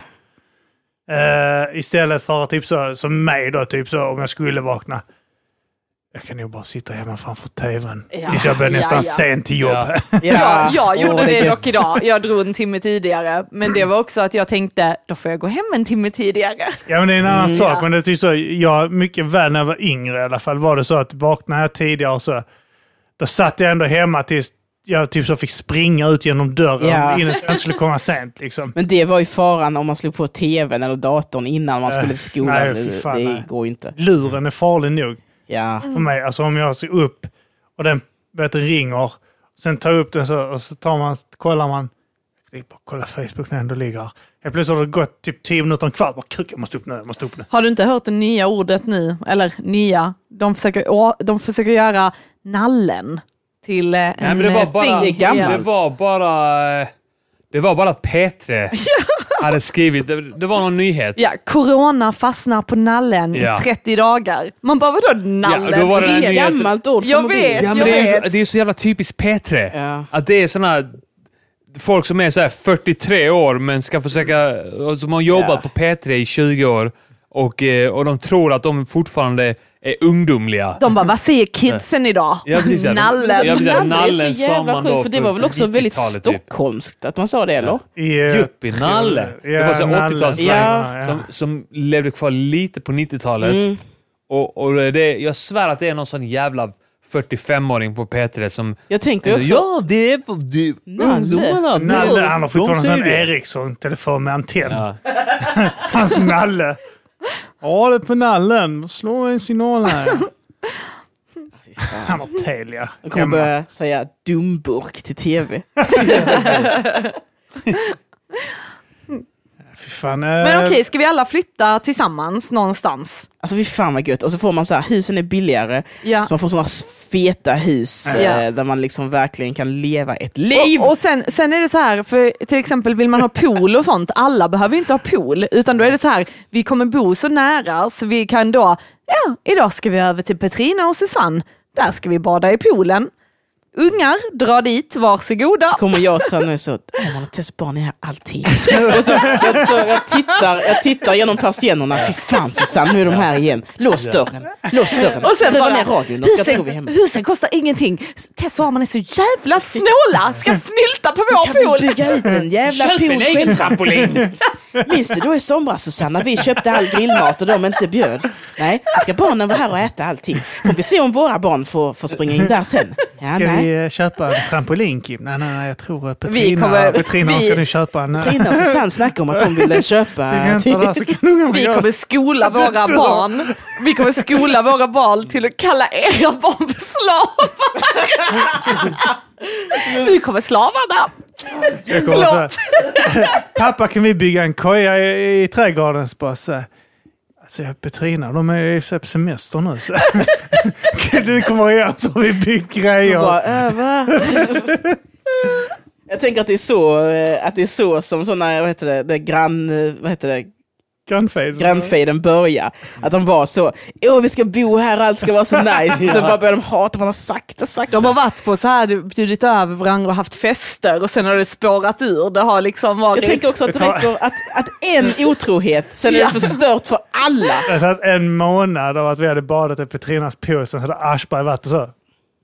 Istället för typ så, som mig då, typ så om jag skulle vakna. Jag kan nog bara sitta hemma framför tvn. Tills jag blir nästan sent till jobb. Jag gjorde det dock idag. Jag drog en timme tidigare. Men det var också att jag tänkte, då får jag gå hem en timme tidigare. Ja, men det är en annan sak. Men det är typ så, jag mycket väl när jag var yngre i alla fall, var det så att vaknade jag tidigare och så, då satt jag ändå hemma tills jag typ så fick springa ut genom dörren innan jag skulle komma sent. Liksom. Men det var ju faran om man slog på tvn eller datorn innan man skulle till skolan. Det går ju inte. Luren är farlig nog. Ja. För mig, alltså om jag ser upp och den ringer, sen tar jag upp den så, och så kollar man, det Bara kolla Facebook när jag ändå ligger här. Helt plötsligt har det gått typ 10 minuter kvar. Bara, jag måste upp nu. Har du inte hört det nya ordet nu? Eller nya? De försöker göra nallen till en det var bara att Petre hade skrivit. Det var någon nyhet. Ja, corona fastnar på nallen i 30 dagar. Man bara, vadå nallen? Ja, då var det är ett gammalt ord. Jag vet. Det är så jävla typiskt Petre. Ja. Att det är såna folk som är så här 43 år men ska försöka, som har jobbat på P3 i 20 år och de tror att de fortfarande är ungdomliga. De bara, vad säger kidsen idag? Ja, precis, nallen är så jävla sjukt, för det var väl också väldigt stockholmskt att man sa det, eller? Juppinalle. Det var så 80-talsslang som levde kvar lite på 90-talet. Och jag svär att det är någon sån jävla 45-åring på P3 som... Jag tänker också... Ja, det är ungdomarna. Nalle, han har fortfarande en sån Ericsson-telefon med antenn. Ja. Hans Nalle. Ja, det är på nallen. Slå en signal här. Han har Telia. Jag kommer börja säga dumburk till tv. Men okej, ska vi alla flytta tillsammans någonstans? Alltså vi fan vad gött. Och så får man så här, husen är billigare. Ja. Så man får sådana feta hus där man liksom verkligen kan leva ett liv. Och sen är det så här, för till exempel vill man ha pool och sånt. Alla behöver inte ha pool, utan då är det så här, vi kommer bo så nära så vi kan då, idag ska vi över till Petrina och Susanne. Där ska vi bada i poolen. Ungar, dra dit, varsågoda. Så kommer jag så nu så, man har testat barn här alltid. Jag tittar genom persiennerna. Fy fan Susanne, nu är de här igen. Lås dörren. Och sen bara, ner radion husen kostar ingenting. Tess och Arman är så jävla snåla. Ska snylta på vår pool. Kan bygga ut en jävla pool. Köp en egen trampolin. Minns du då i somras Susanne, vi köpte all grillmat och de inte bjöd? Nej, ska barnen vara här och äta allting. Får vi se om våra barn får springa in där sen. Ja, ska vi köpa en trampolin, Kim? Nej, jag tror Petrina ska nu köpa en... Petrina och Susanne snackar om att de ville köpa... Vi kommer skola våra barn. Vi kommer skola våra barn till att kalla era barn för slavar. Vi kommer slavarna. Förlåt. Pappa, kan vi bygga en koja i trädgården? Alltså, Petrina, de är ju på semester nu. Så. Du kommer igen så har vi byggt grejer. Jag tänker att det är så som sådana, vad heter det? Grandfejden börjar. Att de var så, vi ska bo här, allt ska vara så nice. Sen bara börjar de hata varandra sakta. De har varit på så här, bjudit över varandra och haft fester och sen har det spårat ur. Det har liksom varit... Jag tänker också att det räcker att en otrohet, sen är det förstört för alla. Det har en månad av att vi hade badat i Petrinas pool, sen hade Aschberg varit och så.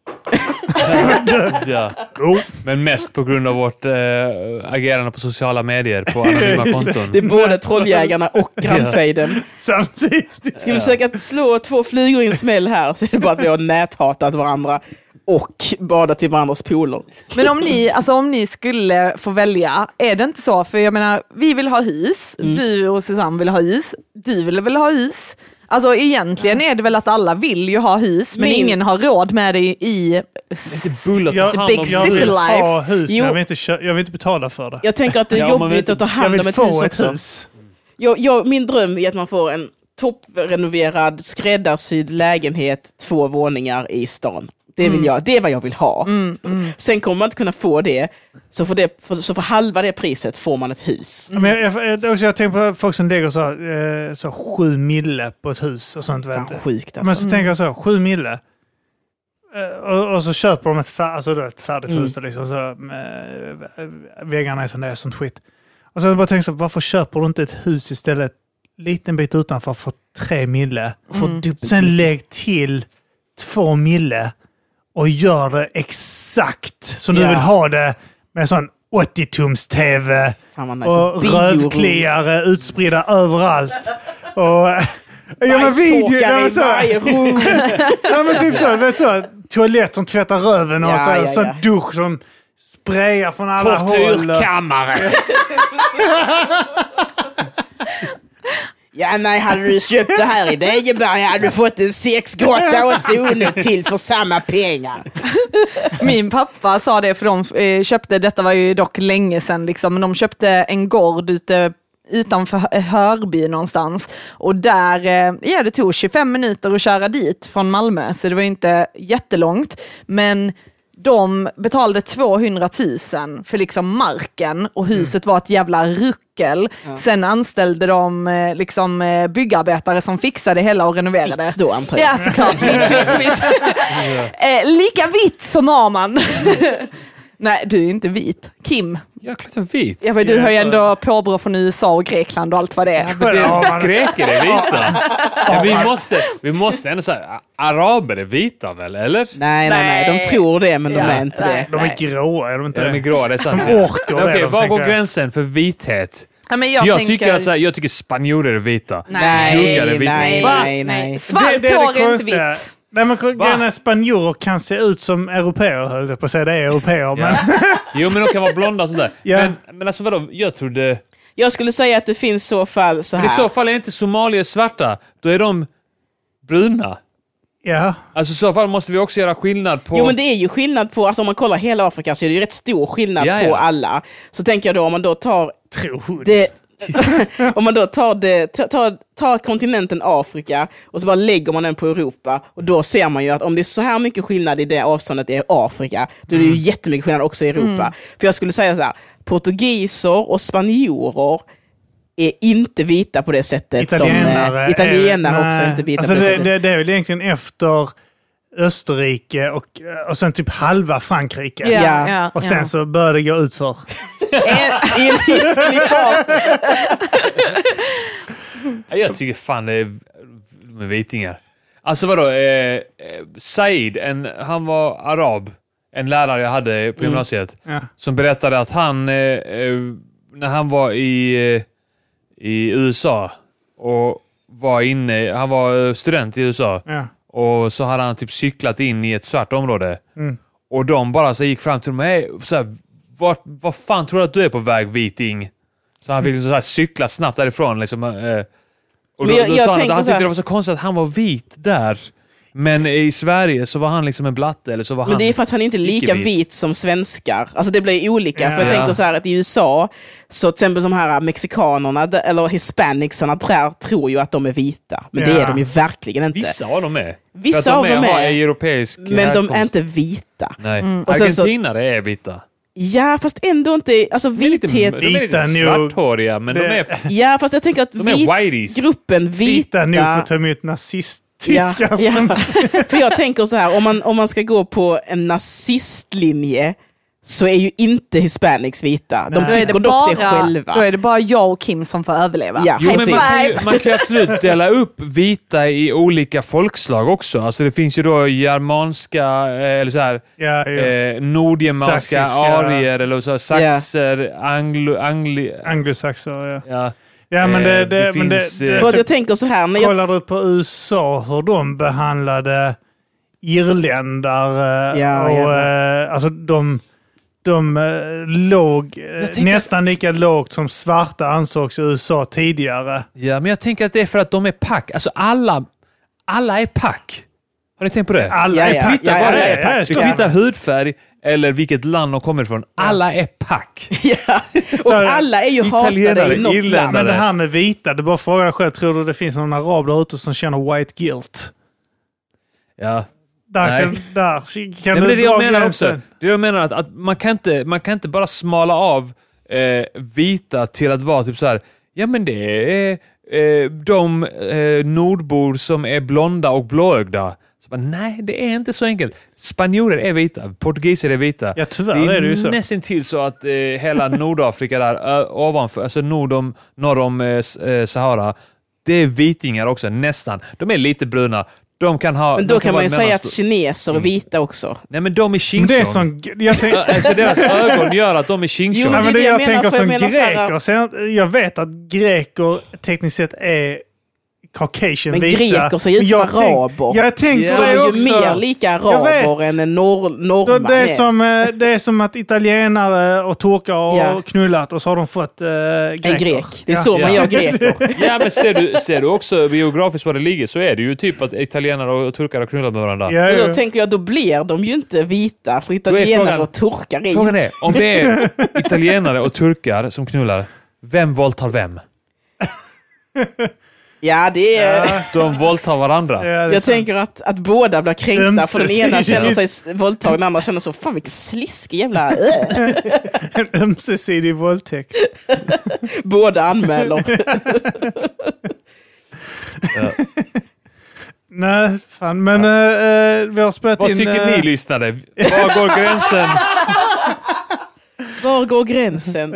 Men mest på grund av vårt agerande på sociala medier på anonyma konton. Det är både trolljägarna och grannfejden. Samtidigt. Ska vi försöka slå 2 flygor i en smäll här, så är det bara att vi har näthatat varandra och badat i varandras pooler. Men om ni skulle få välja, är det inte så? För jag menar, vi vill ha hus. Du och Susanne vill ha hus. Du vill väl ha hus. Alltså egentligen är det väl att alla vill ju ha hus, men ingen har råd med det i the big city life. Ha hus, men jag vill inte betala för det. Jag tänker att det är jobbigt att ta hand om ett hus också. Hus. Min dröm är att man får en topprenoverad, skräddarsydd lägenhet, 2 våningar i stan. Det vill jag. Det är vad jag vill ha. Sen kommer man inte kunna få det. Så för halva det priset får man ett hus. Men jag tänker på folk som lägger så 7 mille på ett hus och sånt. Fan, sjukt alltså. Men så tänker jag så, 7 mille. Och så köper de ett färdigt hus. Liksom, så, väggarna är sån där, sånt skit. Och så bara tänker jag, varför köper du inte ett hus istället liten bit utanför för 3 mille? Sen lägg till 2 mille. Och gör det exakt som du vill ha det, med sån 80-tums tv och rövkliare utspridda överallt. Och men video i varje rum. Men typ så, toalett som tvättar röven och så dusch som sprayar från alla håll. Tortyrkammare. Ja, nej, hade du köpt det här i Degeberg hade du fått en 6-grotta och zone till för samma pengar. Min pappa sa det, för de köpte, detta var ju dock länge sedan liksom, men de köpte en gård utanför Hörby någonstans. Och där, det tog 25 minuter att köra dit från Malmö, så det var inte jättelångt. Men de betalade 200 000 för liksom marken och huset var ett jävla ruckel. Ja. Sen anställde de byggarbetare som fixade hela och renoverade. Vitt då, antar jag. Ja, såklart. Vitt. Lika vitt som Arman. Nej, du är inte vit. Kim. Jag är klart vit. Ja, men du har ju ändå påbrå från USA och Grekland och allt vad det är. Ja, greker är vita. Ja, vi måste ändå säga, araber är vita väl, eller? Nej. De tror det, men de är inte det. De är gråa, är de inte det? De är gråa, det är sant. Som orkar. Okej, var går gränsen för vithet? Ja, men jag tycker spanjorer är vita. Nej. Svart hår är inte vitt. Nej, men spanjorer kan se ut som europeer, höll jag på att säga. Det är europeer, men... Jo, men de kan vara blonda och sådär. Ja. Men alltså vadå, jag skulle säga att det finns så fall så här. Men i så fall är inte somalier svarta. Då är de bruna. Ja. Alltså i så fall måste vi också göra skillnad på... Jo, men det är ju skillnad på... Alltså om man kollar hela Afrika så är det ju rätt stor skillnad på alla. Så tänker jag då, om man då tar... om man då tar kontinenten Afrika och så bara lägger man den på Europa, och då ser man ju att om det är så här mycket skillnad i det avståndet i Afrika, då är det ju jättemycket skillnad också i Europa. För jag skulle säga så här, portugiser och spanjorer är inte vita på det sättet italienare också är inte vita alltså på det sättet. Det är väl egentligen efter Österrike och sen typ halva Frankrike. Ja. Och sen så började det gå ut för. I en hisklig fart. Jag tycker fan det är med vitingar. Alltså vadå, Said, han var arab, en lärare jag hade på gymnasiet, som berättade att han, när han var i USA och han var student i USA, och så hade han typ cyklat in i ett svart område, och de bara så gick fram till mig så här, vad fan tror du att du är på väg, viting? Så han fick så här cykla snabbt därifrån liksom, och då sa han att han tyckte det var så konstigt att han var vit där. Men i Sverige så var han liksom en blatte, eller så var han... Men det är för att han inte är lika vit som svenskar. Alltså det blir olika. För jag tänker så här att i USA, så till exempel de här mexikanerna eller hispanicsarna tror ju att de är vita. Men det är de ju verkligen inte. Vissa av dem är. Vissa av dem är europeisk men härkomst. De är inte vita. Nej. Argentinare är vita. Ja, fast ändå inte, alltså vithet... De är lite svarthåriga, men de är... Ja, fast jag tänker att gruppen vita... nu får ta emot nazist-tyskar. Ja. För jag tänker så här, om man ska gå på en nazistlinje så är ju inte hispanics vita. De tycker dock det själva. Då är det bara jag och Kim som får överleva. Ja, men man kan ju absolut dela upp vita i olika folkslag också. Alltså det finns ju då germanska, eller så här, nordgermanska arier, eller så här, saxer, anglosaxer, Ja, men jag tänker så här, kollar du på USA hur de behandlade irländare alltså de låg nästan lika lågt som svarta ansågs i USA tidigare. Ja, men jag tänker att det är för att de är pack. Alltså alla är pack. Har ni tänkt på det? Alla är pack. Vi kvittar hudfärg eller vilket land de kommer ifrån. Alla är pack. Ja, och alla är ju hatade i något land. Men det här med vita, det bara frågar dig själv, tror du det finns någon arab där ute som känner white guilt? Ja. Där kan du det jag menar också. Det jag menar att man kan inte bara smala av vita till att vara typ så här. Ja, men det är de nordbor som är blonda och blåögda. Så bara, nej, det är inte så enkelt. Spanjorer är vita, portugiser är vita. Ja, tyvärr är det ju så. Nästan till så att hela Nordafrika där ovanför, alltså norr om Sahara, det är vitingar också, nästan. De är lite bruna. Men då kan man ju säga att kineser är vita också. Nej, men de är Xinjiang. Alltså deras ögon gör att de är Xinjiang. Nej, men jag tänker som greker. Jag vet att greker tekniskt sett är Caucasian men vita. greker ser ut som araber. Jag tänker de det är också. ju mer lika araber än en norrman. Det är som att italienare och turkar har knullat och så har de fått greker. En grek. Det är så man gör greker. Ja, men ser du också geografiskt var det ligger, så är det ju typ att italienare och turkar har knullat med varandra. Ja. Då tänker jag, då blir de ju inte vita, för italienare och turkar är frågan är, om det är italienare och turkar som knullar, vem våldtar vem? Ja, det är... De våldtar varandra. Jag tänker att båda blir kränkta, för den ena känner sig våldtagen, den andra känner så, fan vilken sliskig jävla... En ömsesidig våldtäkt. Båda anmäler. Nej, fan. Men vi har spelat Vad in... Vad tycker ni lyssnare? Var går gränsen? Var går gränsen?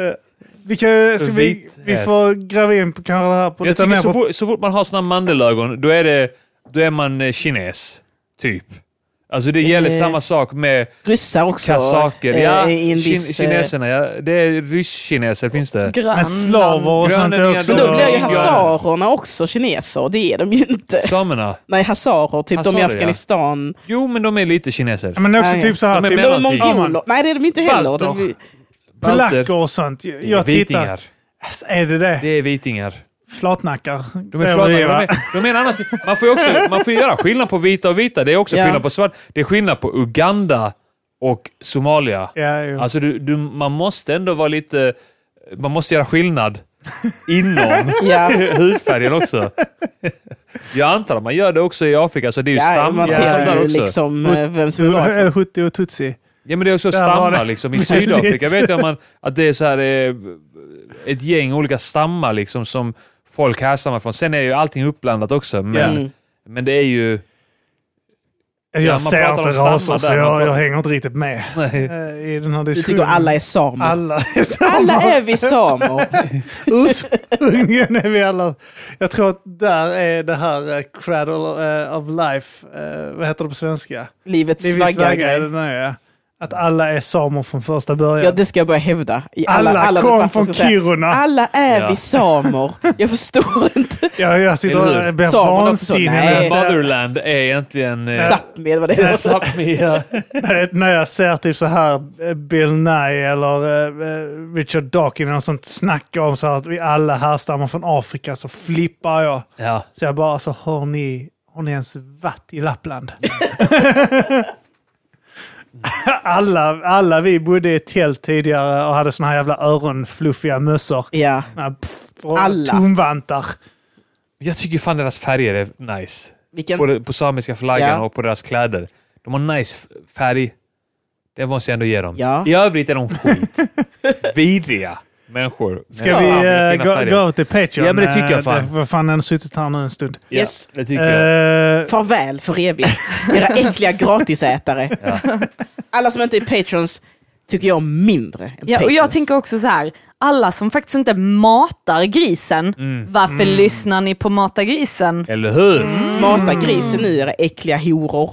Vi får gräva in på kanske det här på lite mer. Så fort man har såna mandelögon, då är man kines, typ. Alltså det gäller samma sak med ryssar också. Kazaker. Ja, kineserna. Ja, det är ryss-kineser finns det. Men slaver och sånt också. Men då blir ju hazarerna också kineser. Det är de ju inte. Samerna? Nej, hazarer. Typ de i Afghanistan. Ja. Jo, men de är lite kineser. Ja, men också typ så här. De är mongoler. Nej, det är de inte heller. Polacker och sånt. Jag vitingar. Är det? Det är vitingar. Flatnackar. De är flatnackar. De är annat. Man får göra skillnad på vita och vita. Det är också skillnad på svart. Det är skillnad på Uganda och Somalia. Ja, alltså man måste ändå vara lite... Man måste göra skillnad inom hudfärgen också. Jag antar att man gör det också i Afrika, så det är ju stammar. Man ser där också. Liksom vem som är Hutti och Tutsi. Ja, men det är också stammar liksom. I Sydafrika vet jag att det är så här ett gäng olika stammar liksom som folk härstammar från. Sen är ju allting uppblandat också, men det är ju... Jag ser inte raser, så jag hänger inte riktigt med i den här diskussionen. Du tycker alla är samer? Alla är vi samer. Ursprungligen är vi alla... Jag tror att där är det här Cradle of Life, vad heter det på svenska? Livets vagga. Att alla är samer från första början. Ja, det ska jag börja hävda. Alla kom från Kiruna. Alla är vi samer. Jag förstår inte. Jag sitter och blir vansinnig. Motherland är egentligen... Sápmi, vad det är. Sápmi, när jag ser typ så här Bill Nye eller Richard Dawkins och sånt snacka om så att vi alla härstammar från Afrika, så flippar jag. Ja. Så jag bara, så har ni ens vatt i Lappland? Alla vi bodde i ett tält tidigare och hade såna här jävla öronfluffiga mössor. Ja. Alla. Tumvantar. Jag tycker fan deras färger är nice. Vilken? På samiska flaggan och på deras kläder. De har nice färg. Det måste jag ändå ge dem. Ja. I övrigt är de skit. Vidriga människor. Ska vi gå till Patreon? Ja, men det tycker jag fan. Vad fan, den har suttit här nu en stund. Yes. Det tycker jag. Farväl för evigt. Era äckliga gratisätare. Ja. Alla som inte är patrons tycker jag mindre än patrons. Och jag tänker också så här, alla som faktiskt inte matar grisen, varför lyssnar ni på Mata grisen? Eller hur? Mata grisen nu, era äckliga horor.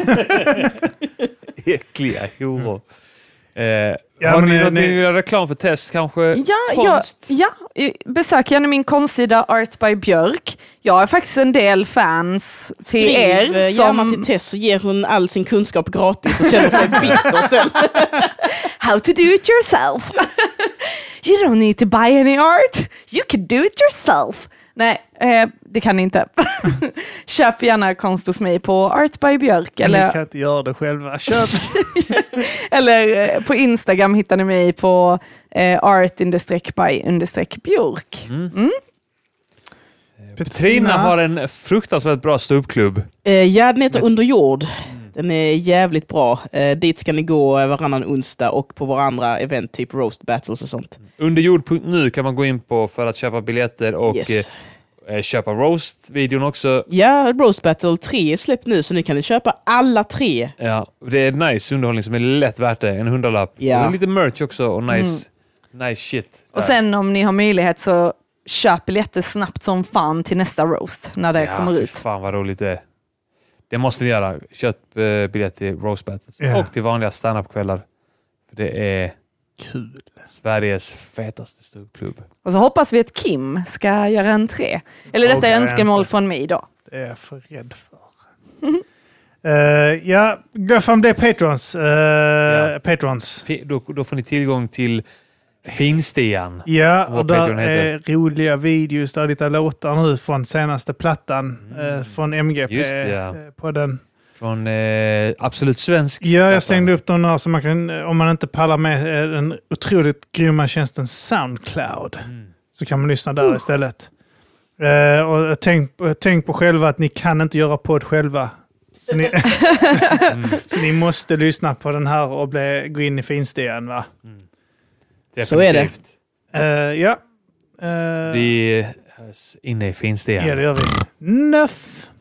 Äckliga horor. Har ni någonting reklam för test kanske? Ja, besök gärna min konstsida Art by Björk. Jag är faktiskt en del fans till er. Gärna till Tess, så ger hon all sin kunskap gratis och känner sig bitter sen. How to do it yourself. You don't need to buy any art. You can do it yourself. Nej, det kan ni inte. Köp gärna konst hos mig på Art by Björk. Eller... Ni kan inte göra det själva. Köp! Eller på Instagram hittar ni mig på art_by_Björk. Petrina har en fruktansvärt bra ståuppklubb. Ja, den heter Under jord. Den är jävligt bra. Dit ska ni gå varannan onsdag och på våra andra event, typ roast battles och sånt. Underjord.nu kan man gå in på för att köpa biljetter och köpa roast-videon också. Ja, roast battle 3 är släppt nu, så nu kan ni köpa alla 3. Ja, det är nice underhållning som är lätt värt det. En 100-lapp. Ja. Och lite merch också och nice shit. Och sen om ni har möjlighet så köp biljetter snabbt som fan till nästa roast när det kommer ut. Fan vad roligt det är. Det måste ni göra. Köp biljett till roast battles och till vanliga stand-up-kvällar. För det är Kul. Sveriges fetaste ståuppklubb. Och så hoppas vi att Kim ska göra entré. Eller detta är önskemål från mig då. Det är jag för rädd för. Ja, gå fram det Patrons. Patrons. Då får ni tillgång till Finstian. Ja, och där är roliga videos där lite låtar nu från senaste plattan från MGP. Just ja. På den. Från Absolut Svensk. Ja, jag stängde upp den där så man kan, om man inte pallar med den otroligt grymma tjänsten Soundcloud så kan man lyssna där istället. Och tänk på själva att ni kan inte göra podd själva. Så ni måste lyssna på den här och gå in i Finstian, va? Så är det. Ja. Vi är inne i Finstian. Ja, det gör vi. Nuff!